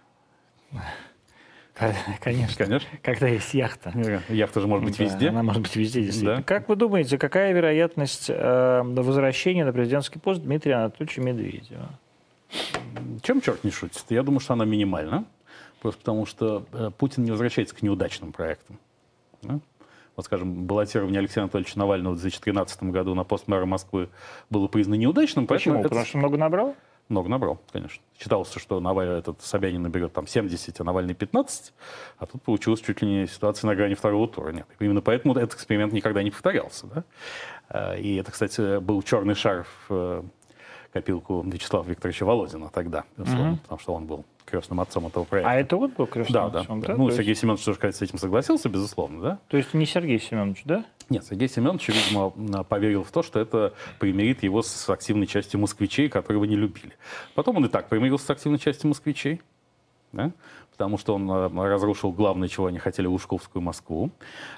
Конечно. Когда есть яхта. Яхта же может быть везде. Она может быть везде, действительно. Да. Как вы думаете, какая вероятность возвращения на президентский пост Дмитрия Анатольевича Медведева? Чем черт не шутит? Я думаю, что она минимальна. Просто потому, что Путин не возвращается к неудачным проектам. Да? Скажем, баллотирование Алексея Анатольевича Навального в 2013 году на пост мэра Москвы было признано неудачным. Почему? Потому что много набрал? Много набрал, конечно. Считалось, что этот Собянин наберет там 70, а Навальный 15, а тут получилась чуть ли не ситуация на грани второго тура. Нет, именно поэтому этот эксперимент никогда не повторялся. Да? И это, кстати, был черный шар в копилку Вячеслава Викторовича Володина тогда, безусловно, потому что он был крестным отцом этого проекта. А это вот был крестным отцом, да? Ну, Сергей Семенович тоже, конечно, с этим согласился, безусловно, да? То есть не Сергей Семенович, да? Нет, Сергей Семенович, видимо, поверил в то, что это примирит его с активной частью москвичей, которые его не любили. Потом он и так примирился с активной частью москвичей, да? Потому что он разрушил главное, чего они хотели, Лужковскую Москву.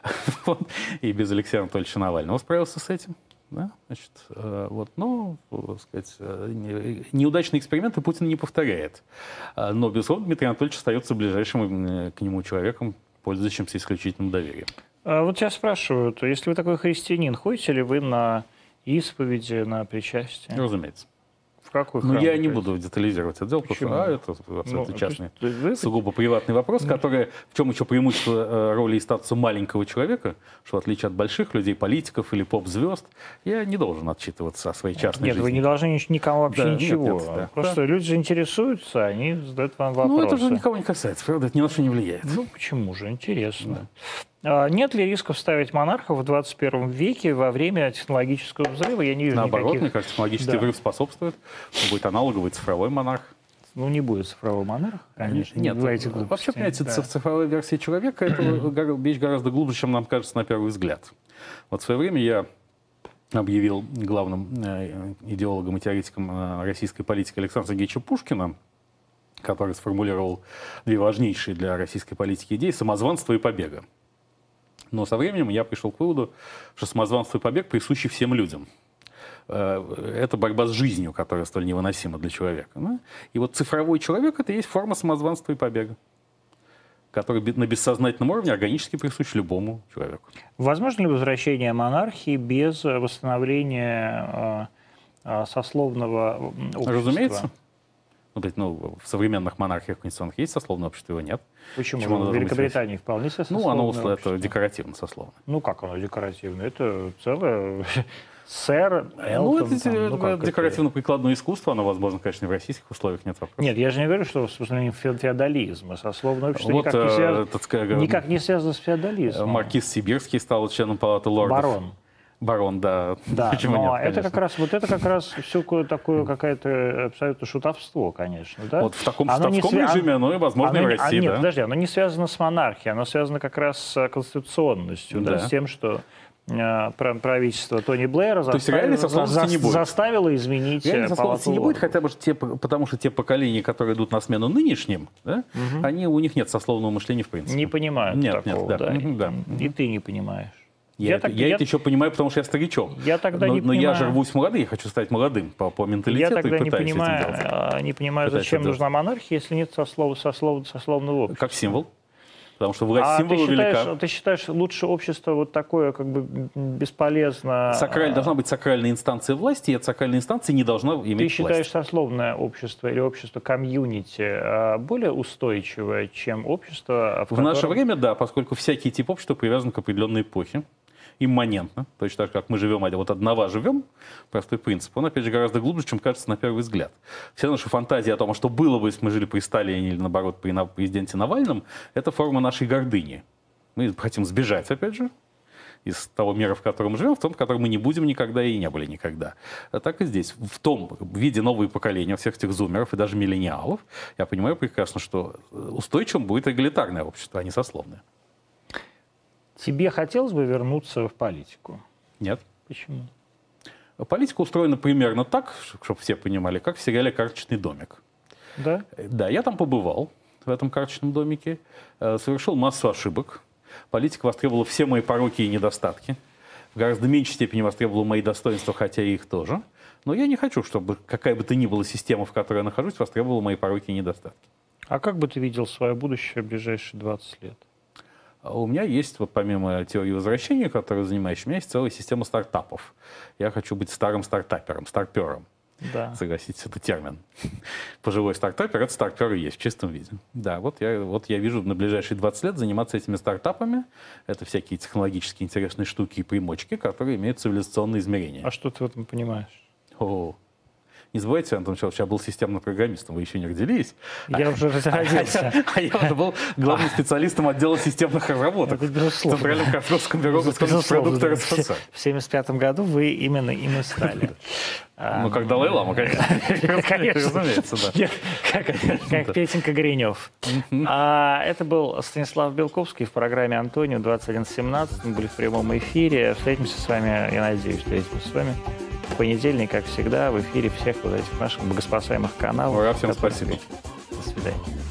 И без Алексея Анатольевича Навального справился с этим. Да? Значит, сказать, неудачные эксперименты Путин не повторяет. Но, безусловно, Дмитрий Анатольевич остается ближайшим к нему человеком, пользующимся исключительным доверием. Вот тебя спрашивают, если вы такой христианин, ходите ли вы на исповеди, на причастие? Разумеется. В какой храм? Я не буду детализировать это дело, потому что это абсолютно частный, сугубо приватный вопрос, который, в чем еще преимущество роли и статуса маленького человека, что в отличие от больших людей, политиков или поп-звезд, я не должен отчитываться о своей частной жизни. Нет, вы не должны никому вообще ничего. Просто люди же интересуются, они задают вам вопросы. Ну, это же никого не касается, правда, это ни на что не влияет. Ну, почему же? Интересно. Нет ли риска вставить монархов в 21 веке во время технологического взрыва? Я не вижу Наоборот, мне кажется, технологический взрыв способствует. Будет аналоговый цифровой монарх. Ну, не будет цифровой монарх, конечно. Нет, вообще, понимаете, цифровая версия человека — это вещь гораздо глубже, чем нам кажется на первый взгляд. Вот в свое время я объявил главным идеологом и теоретиком российской политики Александра Сергеевича Пушкина, который сформулировал две важнейшие для российской политики идеи — самозванство и побега. Но со временем я пришел к выводу, что самозванство и побег присущи всем людям. Это борьба с жизнью, которая столь невыносима для человека. Да? И вот цифровой человек — это и есть форма самозванства и побега, который на бессознательном уровне органически присущ любому человеку. Возможно ли возвращение монархии без восстановления сословного общества? Разумеется. В современных монархиях конституционных есть сословное общество, его нет. Почему? В Великобритании вполне сословное общество. Ну, это декоративно сословно. Ну, как оно декоративно? Это целое... Сэр Элтон, это декоративно-прикладное искусство, оно, возможно, конечно, и в российских условиях нет вопросов. Нет, я же не говорю, что с восстановлением феодализма. Сословное общество никак не связано с феодализмом. Маркиз Сибирский стал членом палаты лордов. Барон, да. Почему но нет, это как раз все такое какое-то абсолютно шутовство, конечно. Да? Вот в таком шутовском режиме оно и возможно и в России. Нет, подожди, оно не связано с монархией, оно связано как раз с конституционностью, с тем, что правительство Тони Блэра заставило изменить палату не будет, хотя бы потому что те поколения, которые идут на смену нынешним, у них нет сословного мышления в принципе. Не понимают такого. Да. И ты не понимаешь. Я это еще понимаю, потому что я старичок. Но я же рвусь молодым, я хочу стать молодым по менталитету и пытаюсь этим делать. Не понимаю, зачем нужна монархия, если нет сословного общества. Как символ. Потому что власть символа велика. Ты считаешь, лучше общество вот такое как бы бесполезно? Должна быть сакральная инстанция власти, и эта сакральная инстанция не должна иметь власть. Ты считаешь сословное общество или общество комьюнити более устойчивое, чем общество, в наше время, да, поскольку всякий тип общества привязан к определенной эпохе. Имманентно, точно так же, как мы живем, вот одного живем, простой принцип, он, опять же, гораздо глубже, чем кажется на первый взгляд. Все наши фантазии о том, что было бы, если мы жили при Сталине или, наоборот, при президенте Навальном, это форма нашей гордыни. Мы хотим сбежать, опять же, из того мира, в котором мы живем, в том, в котором мы не будем никогда и не были никогда. А так и здесь. В том виде нового поколения, всех этих зумеров и даже миллениалов, я понимаю прекрасно, что устойчивым будет эгалитарное общество, а не сословное. Тебе хотелось бы вернуться в политику? Нет. Почему? Политика устроена примерно так, чтобы все понимали, как в сериале «Карточный домик». Да? Да, я там побывал, в этом карточном домике, совершил массу ошибок. Политика востребовала все мои пороки и недостатки. В гораздо меньшей степени востребовала мои достоинства, хотя и их тоже. Но я не хочу, чтобы какая бы то ни была система, в которой я нахожусь, востребовала мои пороки и недостатки. А как бы ты видел свое будущее в ближайшие 20 лет? У меня есть, вот помимо теории возвращения, которой занимаюсь, у меня есть целая система стартапов. Я хочу быть старым стартапером, старпером. Да. Согласитесь, это термин. Пожилой стартапер — это старпер и есть в чистом виде. Да, вот я вижу на ближайшие 20 лет заниматься этими стартапами. Это всякие технологически интересные штуки и примочки, которые имеют цивилизационные измерения. А что ты в этом понимаешь? Не забывайте, Антон Михайлович, я был системным программистом, вы еще не родились. Я уже родился. А я уже был главным специалистом отдела системных разработок Это в безусловно. Центральном Кавказском бюро готовности продуктов РСФСР. В 1975 году вы именно им и стали. Ну, как Далай-Лама, конечно. Разумеется, да. Как Петенька Гринев. Это был Станислав Белковский в программе «Антонио» 21:17. Мы были в прямом эфире. Встретимся с вами, я надеюсь, встретимся с вами в понедельник, как всегда, в эфире всех вот этих наших богоспасаемых каналов. Ура, всем спасибо. До свидания.